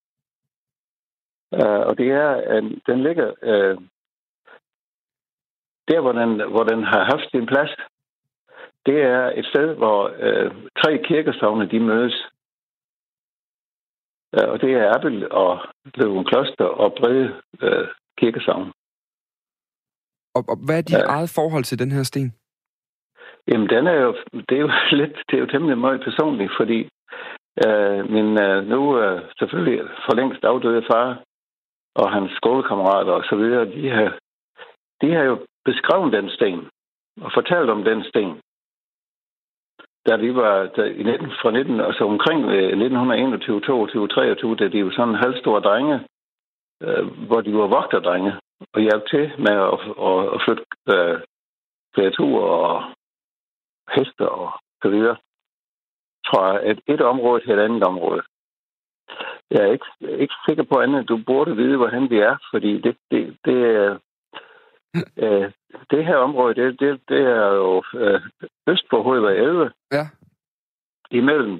Og det er, den ligger... Der, hvor den har haft sin plads, det er et sted, hvor 3 kirkesogne, de mødes. Og det er Appel og Løvenkloster og Brede kirkesogne. Og hvad er dit eget forhold til den her sten? Jamen, det er jo temmelig meget personligt, fordi min nu selvfølgelig for længst afdøde far og hans skolekammerater og så videre, de har jo beskrevet den sten og fortalt om den sten. Da de var altså omkring 1921, 22, 23, da de var sådan halvstore drenge, hvor de var vogterdrenge og hjalp til med at flytte kreaturer og heste og så videre fra et område til et andet område. Jeg er ikke sikker på andet, du burde vide, hvordan vi er, fordi det her område, det er jo øst på Hovedvej 11. Ja. Imellem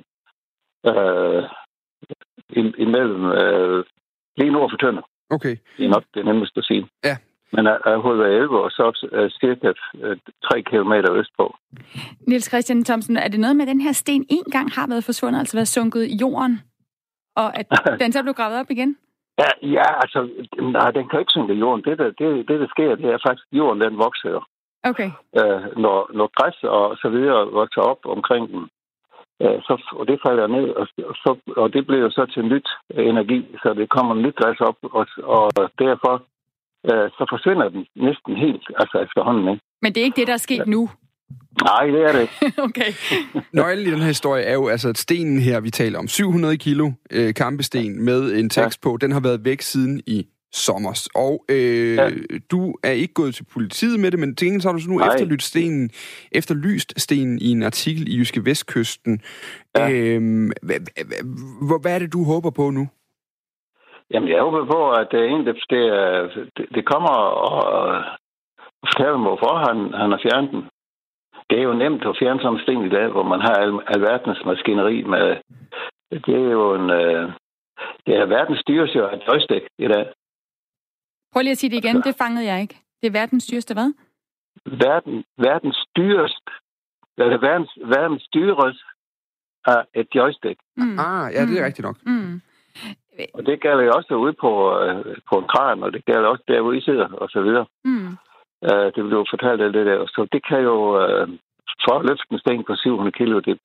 lige nord for Tønder. Okay. Det er nok det nemmeste at sige. Ja. Men er Hovedvej 11, og så cirka 3 kilometer østpå. Niels Christian Thomsen, er det noget med, at den her sten en gang har været forsvundet, altså været sunket i jorden, og at den så blev gravet op igen? Ja, altså, nej, den kan ikke synke i jorden. Det, der sker, det er faktisk, jorden, den vokser. Okay. Når græs og så videre vokser op omkring den, og det falder ned, og det bliver så til nyt energi, så det kommer nyt græs op, og derfor så forsvinder den næsten helt, altså efterhånden, ikke? Men det er ikke det, der er sket nu? Nej, det er det ikke. Okay. Nøglen i den her historie er jo altså, at stenen her, vi taler om, 700 kilo kampesten med en tekst på, den har været væk siden i sommers. Og du er ikke gået til politiet med det, men til gengæld så har du så nu efterlyst stenen i en artikel i Jyske Vestkysten. Ja. Hvad er det, du håber på nu? Jamen, jeg håber på, at det kommer og fortæller mig, hvorfor han har fjernet den. Det er jo nemt at fjerne sådan en sten i dag, hvor man har alverdens maskineri med... Det er jo det er verdens dyreste af joystick i dag. Prøv lige at sige det igen, det fangede jeg ikke. Det er verdens dyreste hvad? Verdens dyreste... Verdens dyreste af et joystick. Mm. Ja, det er rigtigt nok. Mm. Og det gælder jo også ude på en kran, og det gælder også derude I sidder, og så videre. Mm. Det vil jo fortalt alt det der. Så det kan jo for at løfte en sten på 700 kilo, det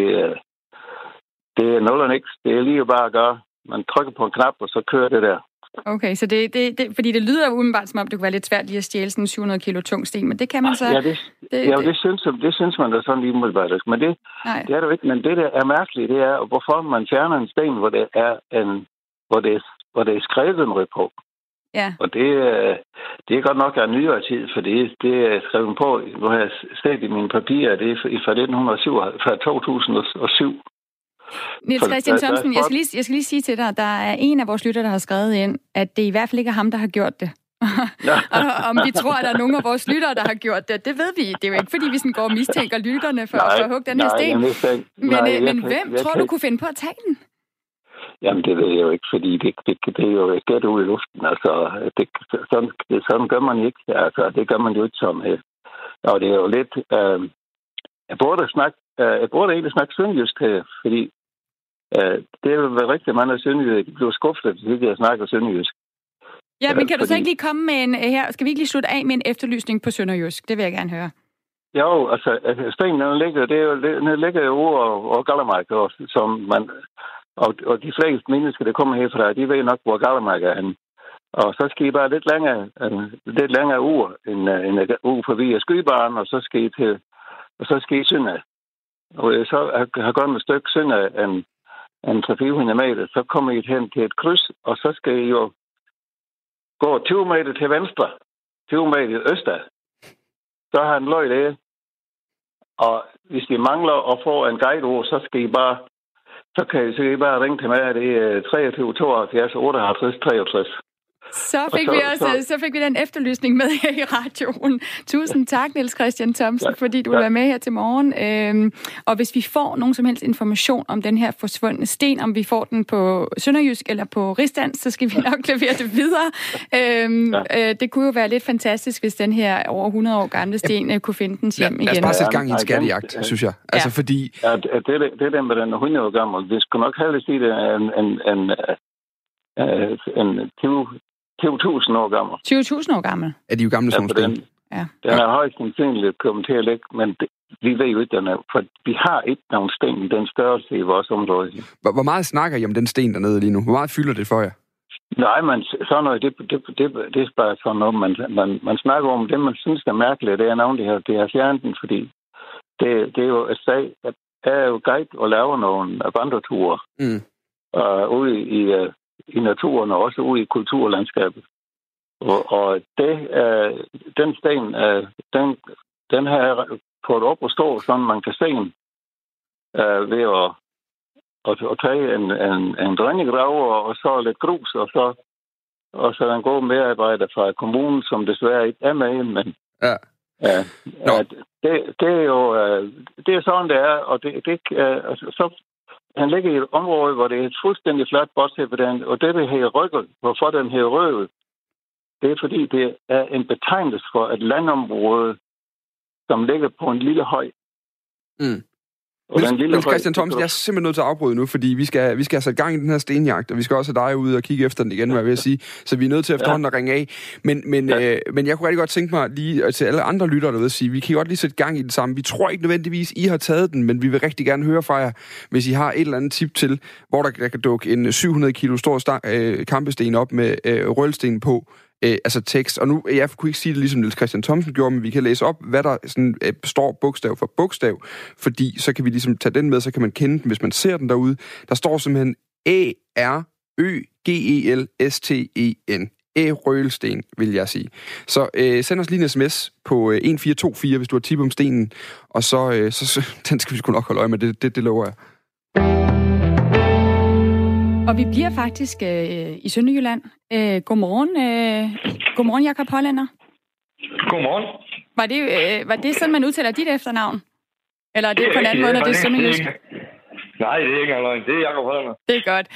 er nul og niks. Det er lige bare at gøre. Man trykker på en knap, og så kører det der. Okay, så det fordi det lyder umiddelbart, som om det kunne være lidt svært lige at stjæle sådan en 700 kilo tung sten, men det kan man så... Ja, det synes man da sådan lige umiddelbart. Men det er det jo ikke. Men det, der er mærkeligt, det er, hvorfor man fjerner en sten, hvor det er skrevet en rød på. Ja. Og det er godt nok af nyere tid, for det er skrevet på, nu har jeg set i mine papirer, det er fra 2007. Niels Christian Thomsen, jeg skal lige sige til dig, der er en af vores lytter, der har skrevet ind, at det i hvert fald ikke er ham, der har gjort det. Og om vi tror, at der er nogen af vores lyttere, der har gjort det, det ved vi. Det er jo ikke, fordi vi sådan går og mistænker lytterne for at hugge den her sten. Men hvem tror du kunne finde på at tage den? Jamen, det ved jeg jo ikke, fordi det er jo gæt ud i luften. Altså, sådan gør man ikke. Altså, det gør man jo ikke som... Og det er jo lidt... Jeg burde egentlig snakke sønderjysk her, fordi det er jo rigtig mange af sønderjysk. De blev skuffet, hvis jeg snakker sønderjysk. Ja, men kan du så ikke lige komme med en her? Skal vi ikke lige slutte af med en efterlysning på sønderjysk? Det vil jeg gerne høre. Jo, altså stenen ligger jo over og Gallermark, som man... Og de fleste mennesker, der kommer herfra, de ved nok, hvor Gallermark er henne. Og så skal I bare lidt længere uger, end uge forbi Skybanen, og så skal I synde. Og så har gået et stykke synde en 300 meter, så kommer I hen til et kryds, og så skal I jo gå 20 meter til venstre, 20 meter øster. Så har han løg det. Og hvis I mangler at få en guideord, så kan I bare ringe til mig. Det er 23 72 58 63. Så fik vi den efterlysning med her i radioen. Tusind tak, Niels Christian Thomsen, fordi du vil være med her til morgen. Og hvis vi får nogen som helst information om den her forsvundne sten, om vi får den på sønderjysk eller på rigsdansk, så skal vi nok levere det videre. Det kunne jo være lidt fantastisk, hvis den her over 100 år gamle sten kunne finde dens hjem igen. Lad os bare sætte gang i en skattejagt, synes jeg. Altså fordi... Ja, det er den med den 100 år gammel. Det skulle nok hellere sige, det er en 20.000 år gammel. 20.000 år gammel? Er de jo gamle som sten? Den er højst sandsynligt kommet til at ligge, men vi ved jo ikke, den er, for vi har ikke nogen sten i den størrelse i vores område. Hvor meget snakker I om den sten dernede lige nu? Hvor meget fylder det for jer? Nej, men sådan noget, det er bare sådan noget, man snakker om det, man synes er mærkeligt, det er nogen, det har fjernet den, fordi det er jo et sag, at jeg er jo guide og laver nogle vandreture ude i naturen og også ude i kulturlandskabet. Og den sten, den har fået op at stå, sådan man kan se den ved at tage en drengegraver og så lidt grus, og så en god medarbejder fra kommunen, som desværre ikke er med, men det er jo det er sådan, det er, og så han ligger i et område, hvor det er et fuldstændig fladt bortset på den, og det her rykket, hvorfor den her røvet, det er fordi, det er en betegnelse for et landområde, som ligger på en lille høj. Men Christian Thomsen, jeg er simpelthen nødt til at afbryde nu, fordi vi skal have sat gang i den her stenjagt, og vi skal også have dig ude og kigge efter den igen, hvad jeg vil sige. Så vi er nødt til efterhånden at ringe af. Men jeg kunne rigtig godt tænke mig lige til alle andre lyttere derude at sige, vi kan godt lige sætte gang i den samme. Vi tror ikke nødvendigvis, I har taget den, men vi vil rigtig gerne høre fra jer, hvis I har et eller andet tip til, hvor der kan dukke en 700 kilo stor kampesten op med røgelsten på. Altså tekst, og nu, jeg kunne ikke sige det ligesom Niels Christian Thomsen gjorde, men vi kan læse op, hvad der sådan, står bogstav for bogstav, fordi så kan vi ligesom tage den med, så kan man kende den, hvis man ser den derude. Der står simpelthen A-R-Ø-G-E-L-S-T-E-N. Røgelsten, vil jeg sige. Så send os lige en sms på 1424, hvis du har tip om stenen, og så den skal vi sgu nok holde øje med, det lover jeg. Og vi bliver faktisk i Sønderjylland. Godmorgen, Jakob Hollander. Godmorgen. Var det sådan, man udtaler dit efternavn? Eller er det på en anden måde, når det er sønderjysk? Nej, det er ikke engang. Det er Jakob Hollander. Det er godt.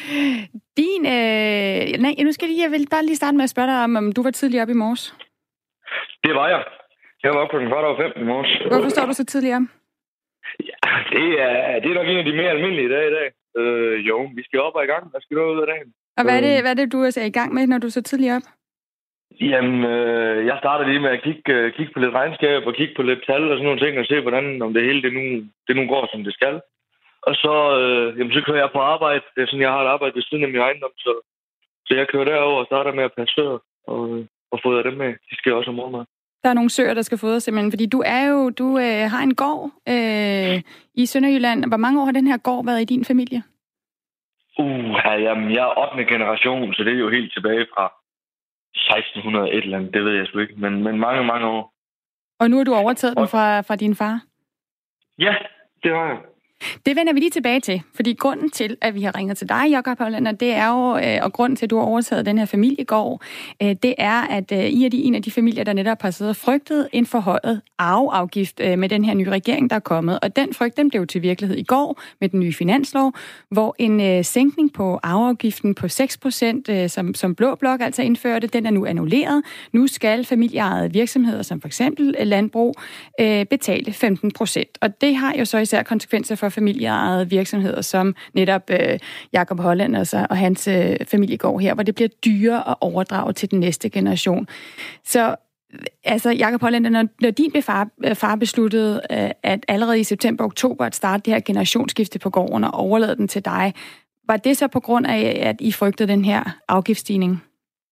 Jeg vil bare lige starte med at spørge dig om du var tidligere op i morges. Det var jeg. Jeg var oppe på 4:45 i morges. Hvorfor står du så tidligere op? Ja, det er nok en af de mere almindelige dage i dag. Jo, vi skal op og i gang. Hvad skal du ud af dagen? Og hvad er det, du er i gang med, når du er så tidligt op? Jamen, jeg starter lige med at kigge på lidt regnskab og kigge på lidt tal og sådan nogle ting og se, hvordan om det hele det nu går, som det skal. Og så, så kører jeg på arbejde. Det er sådan, jeg har et arbejde ved siden af min ejendom, så jeg kører derover og starter med at passe søer og fodre dem med. De skal også have morgenmad. Der er nogle søer, der skal fodres simpelthen, fordi du har en gård i Sønderjylland. Hvor mange år har den her gård været i din familie? Jamen, jeg er 8. generation, så det er jo helt tilbage fra 1600 et eller andet, det ved jeg sgu ikke, men mange, mange år. Og nu har du overtaget den fra din far? Ja, det har jeg. Det vender vi lige tilbage til, fordi grunden til, at vi har ringet til dig, Jakob Hollander, det er jo, og grunden til, at du har overtaget den her familiegård, det er, at I er en af de familier, der netop har siddet og frygtet en forhøjet arveafgift med den her nye regering, der er kommet. Og den frygt, den blev til virkelighed i går med den nye finanslov, hvor en sænkning på arveafgiften på 6%, som Blå Blok altså indførte, den er nu annulleret. Nu skal familieejede virksomheder, som for eksempel landbrug, betale 15%. Og det har jo så især konsekvenser for familieejede virksomheder, som netop Jakob Hollander og hans familiegård her, hvor det bliver dyrere at overdrage til den næste generation. Så altså, Jakob Hollander, når din far besluttede, at allerede i september-oktober at starte det her generationsskifte på gården og overlade den til dig, var det så på grund af, at I frygtede den her afgiftsstigning?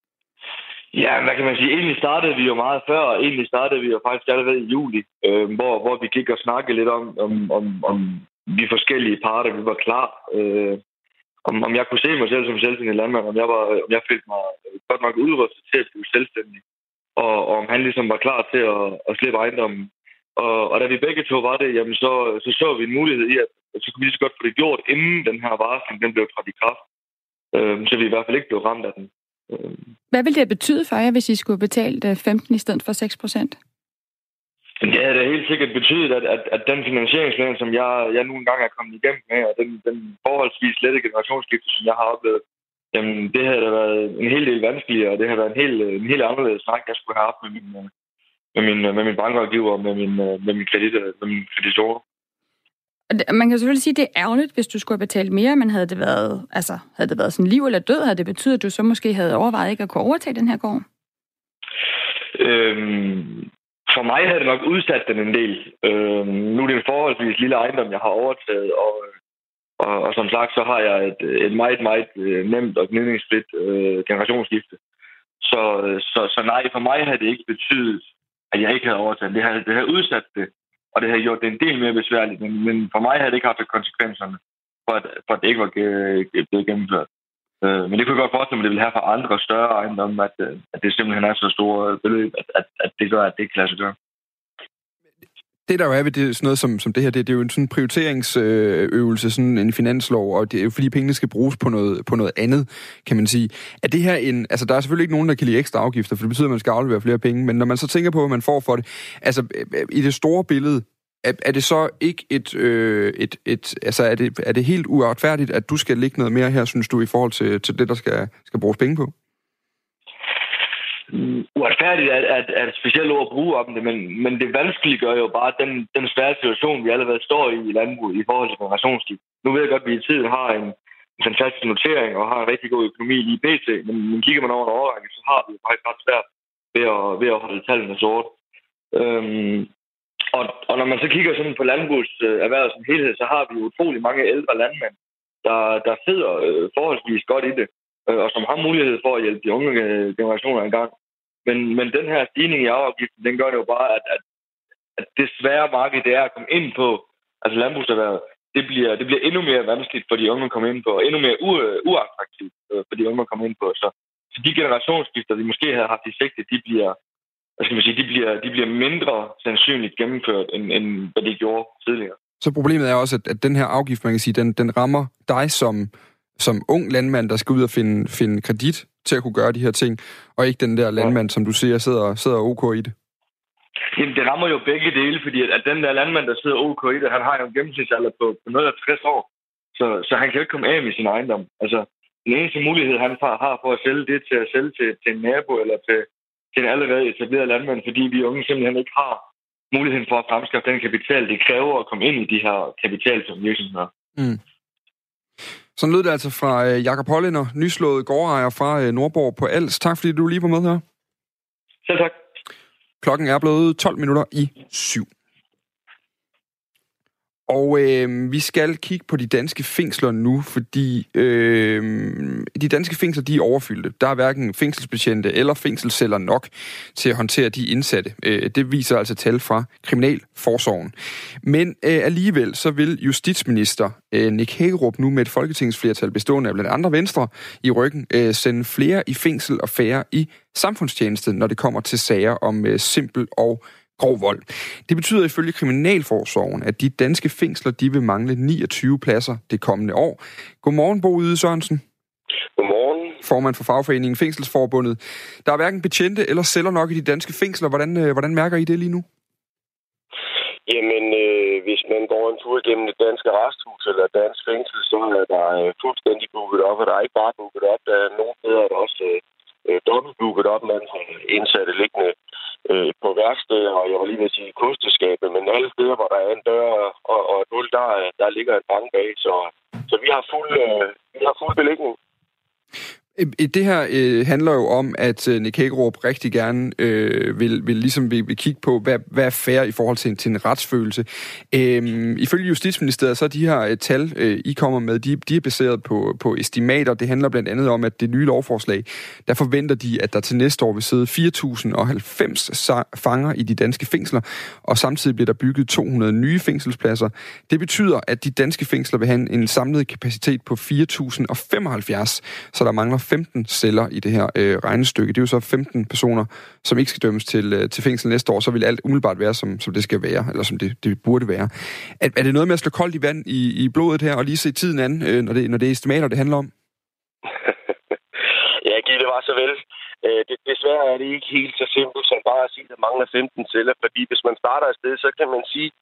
Ja, hvad kan man sige? Egentlig startede vi jo meget før, og egentlig startede vi jo faktisk allerede i juli, hvor vi gik og snakkede lidt om vi forskellige parter, vi var klar. Om jeg kunne se mig selv som selvstændig landmand, om jeg følte mig godt nok udrustet til at blive selvstændig, og om han ligesom var klar til at slippe ejendommen. Og da vi begge to var det, jamen så vi en mulighed i, at så kunne vi lige så godt få det gjort, inden den her varsling, den blev trådt i kraft. Så vi i hvert fald ikke blev ramt af den. Hvad ville det betyde for jer, hvis I skulle betale 15 i stedet for 6%? Det havde da helt sikkert betydet, at den finansieringsplan, som jeg nu engang er kommet igennem med, og den forholdsvis lette generationsskifte, som jeg har oplevet, jamen, det havde da været en hel del vanskeligere, og det havde været en helt anderledes snak, jeg skulle have haft med min bankrådgiver og med min kreditorer. Man kan selvfølgelig sige, at det er ærgerligt, hvis du skulle have betalt mere, men havde det været sådan liv eller død, havde det betydet, at du så måske havde overvejet ikke at kunne overtage den her gård? For mig havde det nok udsat den en del. Nu er det en forholdsvis lille ejendom, jeg har overtaget, og som sagt, så har jeg et meget, meget nemt og gnidningsfrit generationsskifte. Så nej, for mig havde det ikke betydet, at jeg ikke havde overtaget. Det havde udsat det, og det havde gjort det en del mere besværligt, men for mig havde det ikke haft konsekvenserne, for at det ikke var blevet gennemført. Men det kunne jeg godt forestille mig, at det ville have for andre større ejendomme, at det simpelthen er så store beløb, at det gør, at det ikke kan lade sig gøre. Det, der jo er ved det, sådan noget som det her, det er jo en sådan prioriteringsøvelse, sådan en finanslov, og det er jo fordi pengene skal bruges på noget andet, kan man sige. Er det her altså der er selvfølgelig ikke nogen, der kan lide ekstra afgifter, for det betyder, at man skal aflevere flere penge, men når man så tænker på, hvad man får for det, altså i det store billede, er det så ikke altså er det helt uretfærdigt, at du skal lægge noget mere her, synes du, i forhold til det, der skal bruges penge på? Uretfærdigt er et specielt ord at bruge om det, men det vanskeligt gør jo bare den svære situation, vi allerede står i landbruget i forhold til generationsskifte. Nu ved jeg godt, at vi i tiden har en fantastisk notering og har en rigtig god økonomi i BT, men kigger man over en overrække, så har vi faktisk ret svært ved at holde tallene sort. Og når man så kigger sådan på landbrugserhvervet som helhed, så har vi jo utrolig mange ældre landmænd, der sidder forholdsvis godt i det, og som har mulighed for at hjælpe de unge generationer i gang. Men den her stigning i arveafgiften, den gør det jo bare, at det svære marked, det er at komme ind på, altså landbrugserhvervet, det bliver endnu mere vanskeligt for de unge at komme ind på, og endnu mere uattraktivt for de unge at komme ind på. Så de generationsskifter, vi måske havde haft i sigte, de bliver mindre sandsynligt gennemført, end hvad de gjorde tidligere. Så problemet er også, at den her afgift, man kan sige, den rammer dig som ung landmand, der skal ud og finde kredit til at kunne gøre de her ting, og ikke den der landmand, som du siger, sidder OK i det. Jamen, det rammer jo begge dele, fordi at den der landmand, der sidder OK i det, han har jo en gennemsnitsalder på noget af 60 år, så han kan jo ikke komme af med sin ejendom. Altså, den eneste mulighed, han har for at sælge det, til at sælge til en nabo eller til en allerede etableret landmand, fordi vi unge simpelthen ikke har muligheden for at fremskaffe den kapital, det kræver at komme ind i de her kapitaltunge virksomheder. Mm. Sådan lød det altså fra Jakob Hollander, nyslået gårdejer fra Nordborg på Als. Tak fordi du lige var med her. Selv tak. Klokken er blevet 12 minutter i 7. Og vi skal kigge på de danske fængsler nu, fordi de danske fængsler, de er overfyldte. Der er hverken fængselsbetjente eller fængselsceller nok til at håndtere de indsatte. Det viser altså tal fra Kriminalforsorgen. Men alligevel så vil justitsminister Nick Hækkerup nu med et folketingsflertal bestående af blandt andre Venstre i ryggen sende flere i fængsel og færre i samfundstjeneste, når det kommer til sager om simpel og grov vold. Det betyder ifølge Kriminalforsorgen, at de danske fængsler de vil mangle 29 pladser det kommende år. Godmorgen, Bo Yde Sørensen. Godmorgen. Formand for fagforeningen Fængselsforbundet. Der er hverken betjente eller celler nok i de danske fængsler. Hvordan mærker I det lige nu? Jamen, hvis man går en tur igennem et dansk arresthus eller et dansk fængsel, så er der fuldstændig booket op, og der er ikke bare booket op. Der er nogle steder, der også dobbelt booket op. Man har indsatte liggende på værksteder, og jeg var lige ved at sige kosteskabet, men alle steder, hvor der er en dør og et hul, der ligger en bank bag, så vi har fuld belægning. Det her handler jo om, at Nick Hækkerup rigtig gerne vil kigge på, hvad er fair i forhold til en retsfølelse. Ifølge Justitsministeriet, så er de her tal, I kommer med, de er baseret på estimater. Det handler blandt andet om, at det nye lovforslag, der forventer de, at der til næste år vil sidde 4.090 fanger i de danske fængsler, og samtidig bliver der bygget 200 nye fængselspladser. Det betyder, at de danske fængsler vil have en samlet kapacitet på 4.075, så der mangler 15 celler i det her regnestykke. Det er jo så 15 personer, som ikke skal dømmes til fængsel næste år, så vil alt umiddelbart være, som det skal være, eller som det burde være. Er det noget med at slå koldt i vand i blodet her, og lige se tiden an, når det er estimater, det handler om? Ja, Giv, det var så vel. Desværre er det ikke helt så simpelt som bare at sige, at der mangler 15 celler, fordi hvis man starter et sted, så kan man sige,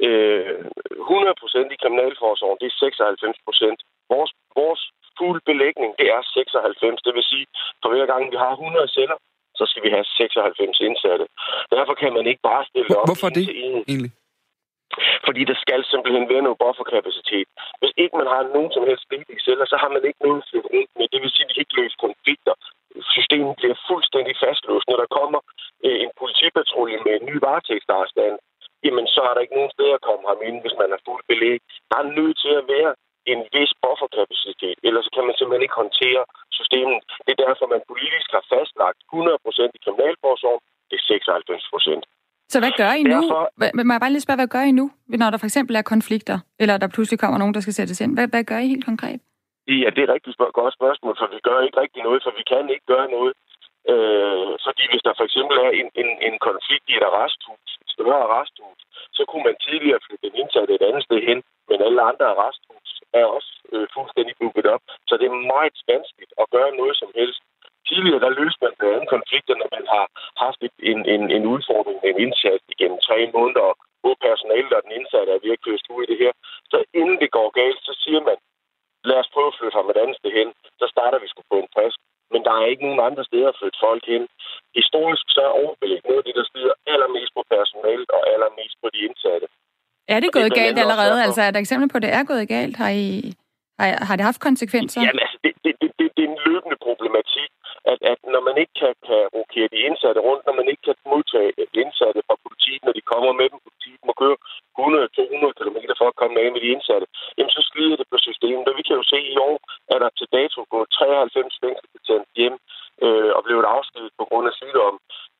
100% i Kriminalforsorgen, det er 96%. Vores fuld belægning, det er 96. Det vil sige, for hver gang vi har 100 celler, så skal vi have 96 indsatte. Derfor kan man ikke bare stille op. Hvorfor det egentlig? Fordi der skal simpelthen være noget bufferkapacitet. Hvis ikke man har nogen som helst ledige celler, så har man ikke noget at flytte rundt med. Det vil sige, at de ikke løser konflikter. Systemet bliver fuldstændig fastlåst. Når der kommer en politipatrulje med en ny varetægtsarrestant, jamen så er der ikke nogen steder at komme ham ind, hvis man er fuldt belæg. Der er nødt til at være en vis bufferkapacitet, ellers kan man simpelthen ikke håndtere systemet. Det er derfor, man politisk har fastlagt 100% i Kriminalforsorgen, det er 96%. Så hvad gør I nu? Må jeg bare lige spørge, hvad gør I nu, når der for eksempel er konflikter, eller der pludselig kommer nogen, der skal sættes ind? Hvad gør I helt konkret? Ja, det er et rigtig godt spørgsmål, for vi gør ikke rigtig noget, for vi kan ikke gøre noget. Fordi hvis der for eksempel er en konflikt i et arresthus, et større arresthus, så kunne man tidligere flytte den indsatte et andet sted hen, men alle andre arresthus er også fuldstændig booket op. Så det er meget vanskeligt at gøre noget som helst. Tidligere der løste man blandt andet konflikter, når man har haft en udfordring med en indsat igennem 3 måneder, hvor personalet og den indsatte er ved at køre ud i det her. Så inden det går galt, så siger man, lad os prøve at flytte ham et andet sted hen. Så starter vi sgu på en frisk. Men der er ikke nogen andre steder at flytte folk hen. Historisk så er overbelæg noget af det, der styrer allermest på personalet og allermest på de indsatte. Er det gået galt allerede? Altså er der eksempler på, at det er gået galt? Har det haft konsekvenser? Jamen altså, det er en løbende problematik, at når man ikke kan rokere de indsatte rundt, når man ikke kan modtage indsatte fra politiet, når de kommer med dem, politiet må køre 100-200 km for at komme af med de indsatte, jamen så slider det på systemet. Og vi kan jo se, at i år er der til dato gået 93 fængselsbetjente hjem og blevet afskedet på grund af sygdom,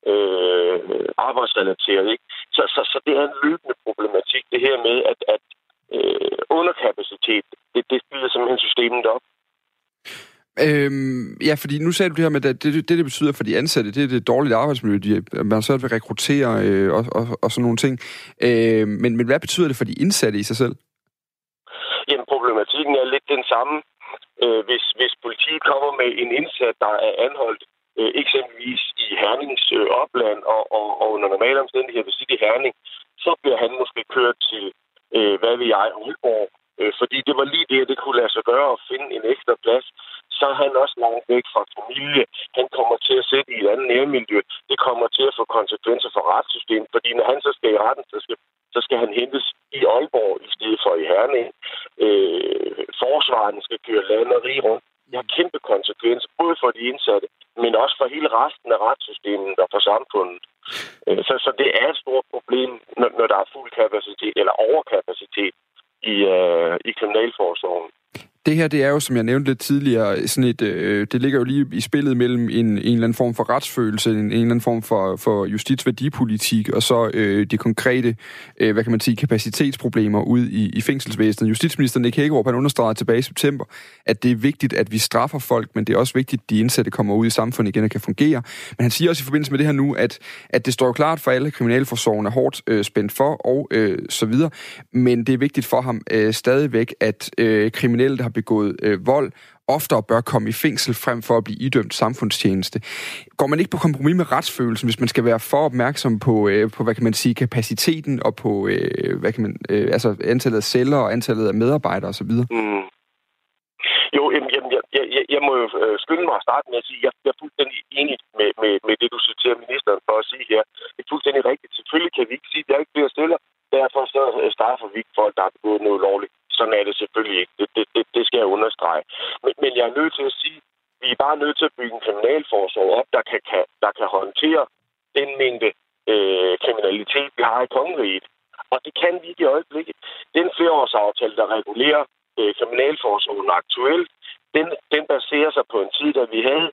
arbejdsrelateret. Ikke? Så det er en løbende problematik, det her med, at underkapacitet, det slider simpelthen systemet op. Ja, fordi nu sagde du det her med, at det betyder for de ansatte, det er det dårlige arbejdsmiljø, man så vil rekruttere og sådan nogle ting. Men hvad betyder det for de indsatte i sig selv? Jamen, problematikken er lidt den samme. Hvis politiet kommer med en indsat, der er anholdt, eksempelvis i Hernings opland og under normale omstændigheder, hvis det er Herning, så bliver han måske kørt til, hvad ved jeg, Aalborg, fordi det var lige det kunne lade sig gøre at finde en ekstra plads. Så er han også langt væk fra familie. Han kommer til at sætte i et andet nærmiljø. Det kommer til at få konsekvenser for retssystemet, fordi når han så skal i retten, så skal han hentes i Aalborg i stedet for i Herning. Forsvaren skal køre land og rige rundt. Det har kæmpe konsekvenser, både for de indsatte, men også for hele resten af retssystemet og for samfundet. Så det er et stort problem, når der er fuld kapacitet eller overkapacitet. i kriminalforsorgen. Det her, det er jo, som jeg nævnte lidt tidligere, sådan et, det ligger jo lige i spillet mellem en eller anden form for retsfølelse, en eller anden form for justitsværdipolitik, og så de konkrete, hvad kan man sige, kapacitetsproblemer ude i fængselsvæsenet. Justitsminister Nick Hækkerup, han understregede tilbage i september, at det er vigtigt, at vi straffer folk, men det er også vigtigt, at de indsatte kommer ud i samfundet igen og kan fungere. Men han siger også i forbindelse med det her nu, at det står klart for alle, at kriminalforsorgen er hårdt spændt for, og så videre. Men det er vigtigt for ham stadigvæk, at kriminelle, der har begået vold, oftere bør komme i fængsel frem for at blive idømt samfundstjeneste. Går man ikke på kompromis med retsfølelsen, hvis man skal være for opmærksom på hvad kan man sige, kapaciteten og på altså antallet af celler og antallet af medarbejdere osv.? Jo, jeg må jo skynde mig at starte med at sige, at jeg er fuldstændig enig med det, du citerer ministeren for at sige her. Det er fuldstændig rigtigt. Selvfølgelig kan vi ikke sige, at der er ikke flere celler. Derfor så straffer vi ikke folk, der har begået noget lovligt. Sådan er det selvfølgelig ikke. Det skal jeg understrege. Men jeg er nødt til at sige, at vi er bare nødt til at bygge en kriminalforsorg op, der kan håndtere den mængde kriminalitet, vi har i kongeriget. Og det kan vi ikke i øjeblikket. Den flereårsaftale, der regulerer kriminalforsorgen aktuelt, den baserer sig på en tid, da vi havde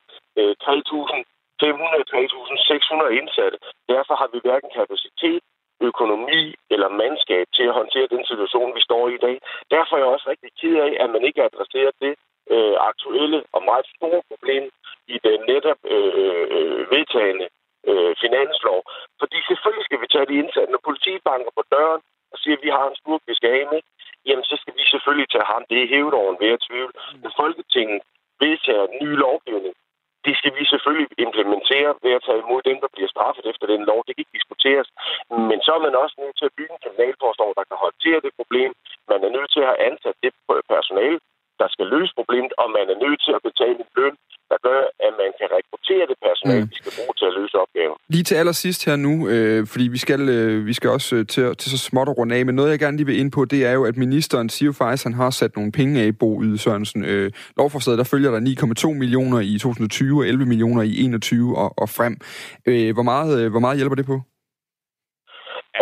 3.500-3.600 indsatte. Derfor har vi hverken kapacitet, økonomi eller mandskab til at håndtere den situation, vi står i i dag. Derfor er jeg også rigtig ked af, at man ikke adresserer det aktuelle og meget store problem i den netop vedtagende finanslov. Fordi selvfølgelig skal vi tage de indsatte. Når politiet banker på døren og siger, at vi har en skurk, vi skal have med, jamen så skal vi selvfølgelig tage ham. Det er hævet over en hver tvivl. Når Folketinget vedtager en ny lovgivning, det skal vi selvfølgelig implementere ved at tage imod dem, der bliver straffet efter den lov. Det kan ikke diskuteres. Men så er man også nødt til at bygge en kriminalforsorg, der kan håndtere det problem. Man er nødt til at have ansat det personale, der skal løse problemet, og man er nødt til at betale en løn, der gør, at man kan rekruttere det personale, vi skal bruge til at løse opgaven. Lige til allersidst her nu, fordi vi skal også til så småt at runde af, men noget jeg gerne lige vil ind på, det er jo, at ministeren siger faktisk, at han har sat nogle penge af, Bo Yde Sørensen. Lovforslaget, der følger der 9,2 millioner i 2020 og 11 millioner i 21 og frem. Hvor meget hjælper det på? Ja,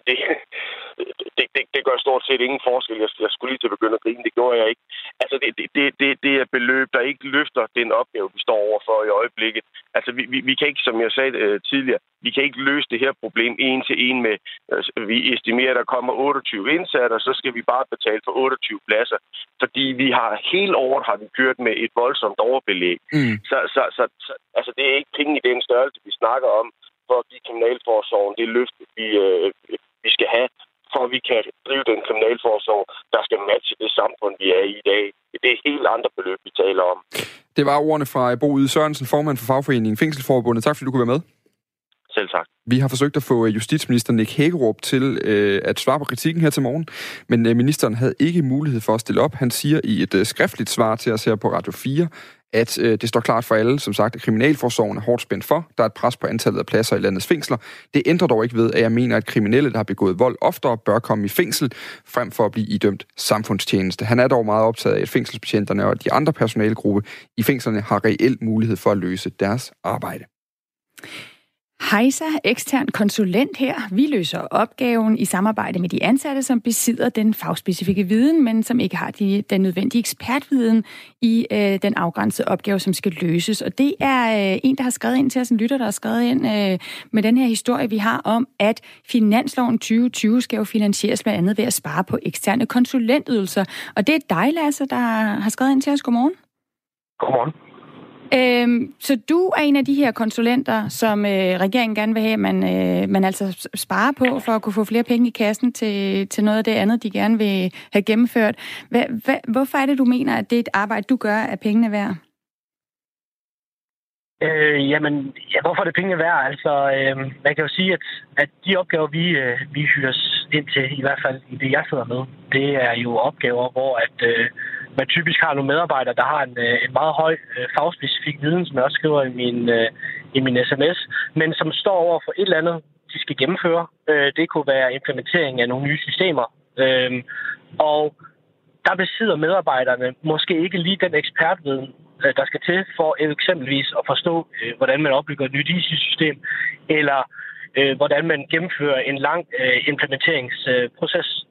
det gør stort set ingen forskel. Jeg skulle lige til at begynde at grine, det gjorde jeg ikke. Altså, det er beløb, der ikke løfter den opgave, vi står overfor i øjeblikket. Altså, vi kan ikke, som jeg sagde tidligere, vi kan ikke løse det her problem en til en med, vi estimerer, at der kommer 28 indsatte, og så skal vi bare betale for 28 pladser. Fordi vi har hele året har vi kørt med et voldsomt overbelæg. Så altså, det er ikke penge i den størrelse, vi snakker om, for at give kriminalforsorgen det løft, vi skal have, for at vi kan drive den kriminalforsorg, der skal matche det samfund, vi er i dag. Det er helt andre beløb, vi taler om. Det var ordene fra Bo Yde Sørensen, formand for fagforeningen Fængselsforbundet. Tak fordi du kunne være med. Selv tak. Vi har forsøgt at få justitsminister Nick Hækkerup til at svare på kritikken her til morgen, men ministeren havde ikke mulighed for at stille op. Han siger i et skriftligt svar til os her på Radio 4, at det står klart for alle, som sagt, at kriminalforsorgen er hårdt spændt for. Der er et pres på antallet af pladser i landets fængsler. Det ændrer dog ikke ved, at jeg mener, at kriminelle, der har begået vold, oftere bør komme i fængsel, frem for at blive idømt samfundstjeneste. Han er dog meget optaget af, at fængselsbetjenterne og de andre personalegrupper i fængslerne har reelt mulighed for at løse deres arbejde. Hejsa, ekstern konsulent her. Vi løser opgaven i samarbejde med de ansatte, som besidder den fagspecifikke viden, men som ikke har den nødvendige ekspertviden i den afgrænsede opgave, som skal løses. Og det er en, der har skrevet ind til os, en lytter, der har skrevet ind med den her historie, vi har om, at finansloven 2020 skal jo finansieres blandt andet ved at spare på eksterne konsulentydelser. Og det er dig, Lasse, der har skrevet ind til os. Godmorgen. Godmorgen. Så du er en af de her konsulenter, som regeringen gerne vil have, man altså sparer på for at kunne få flere penge i kassen til noget af det andet, de gerne vil have gennemført. Hvorfor er det, du mener, at det er et arbejde, du gør, at pengene værd? Hvorfor er det pengene værd? Altså, man kan jo sige, at de opgaver, vi hyres ind til, i hvert fald i det, jeg sidder med, det er jo opgaver, hvor man typisk har nogle medarbejdere, der har en meget høj fagspecifik viden, som jeg også skriver i min sms, men som står over for et eller andet, de skal gennemføre. Det kunne være implementering af nogle nye systemer. Og der besidder medarbejderne måske ikke lige den ekspertviden, der skal til for eksempelvis at forstå, hvordan man opbygger et nyt IT-system, eller hvordan man gennemfører en lang implementeringsproces.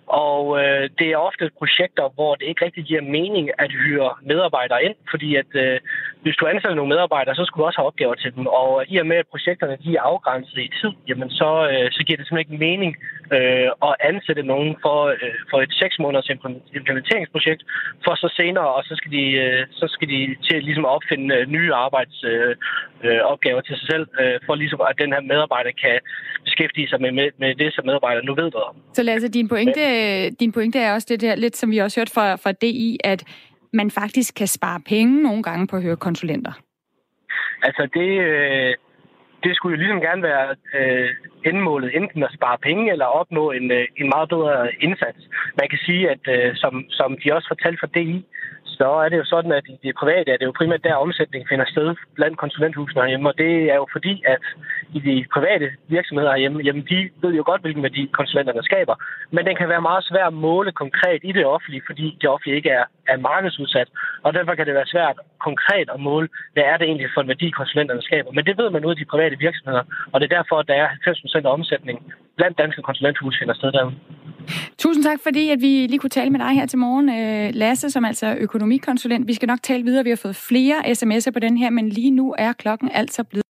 Og det er ofte projekter, hvor det ikke rigtig giver mening at hyre medarbejdere ind, fordi at hvis du ansætter nogle medarbejdere, så skulle du også have opgaver til dem. Og i og med, at projekterne de er afgrænset i tid, jamen så giver det simpelthen ikke mening at ansætte nogen for et 6 måneders implementeringsprojekt, for så senere, og så skal de til ligesom at opfinde nye arbejdsopgaver til sig selv, for ligesom at den her medarbejder kan beskæftige sig med det, som medarbejder nu ved noget om. Så Lasse, din pointe er også det der, lidt som vi også hørt fra DI, at man faktisk kan spare penge nogle gange på at høre konsulenter. Altså det skulle jo ligesom gerne være endmålet, enten at spare penge eller opnå en meget bedre indsats. Man kan sige, at som de også fortalte fra DI, så er det jo sådan, at i det private er det jo primært der omsætning finder sted blandt konsulenthusene herhjemme, og det er jo fordi, at i de private virksomheder herhjemme, jamen de ved jo godt, hvilken værdi konsulenterne skaber, men den kan være meget svær at måle konkret i det offentlige, fordi det offentlige ikke er markedsudsat, og derfor kan det være svært konkret at måle, hvad er det egentlig for en værdi konsulenterne skaber. Men det ved man ud af de private virksomheder, og det er derfor, at der er 90% af omsætning blandt danske konsulenthuse finder sted derude. Tusind tak, fordi at vi lige kunne tale med dig her til morgen, Lasse, som altså er økonomikonsulent. Vi skal nok tale videre, vi har fået flere sms'er på den her, men lige nu er klokken altså blevet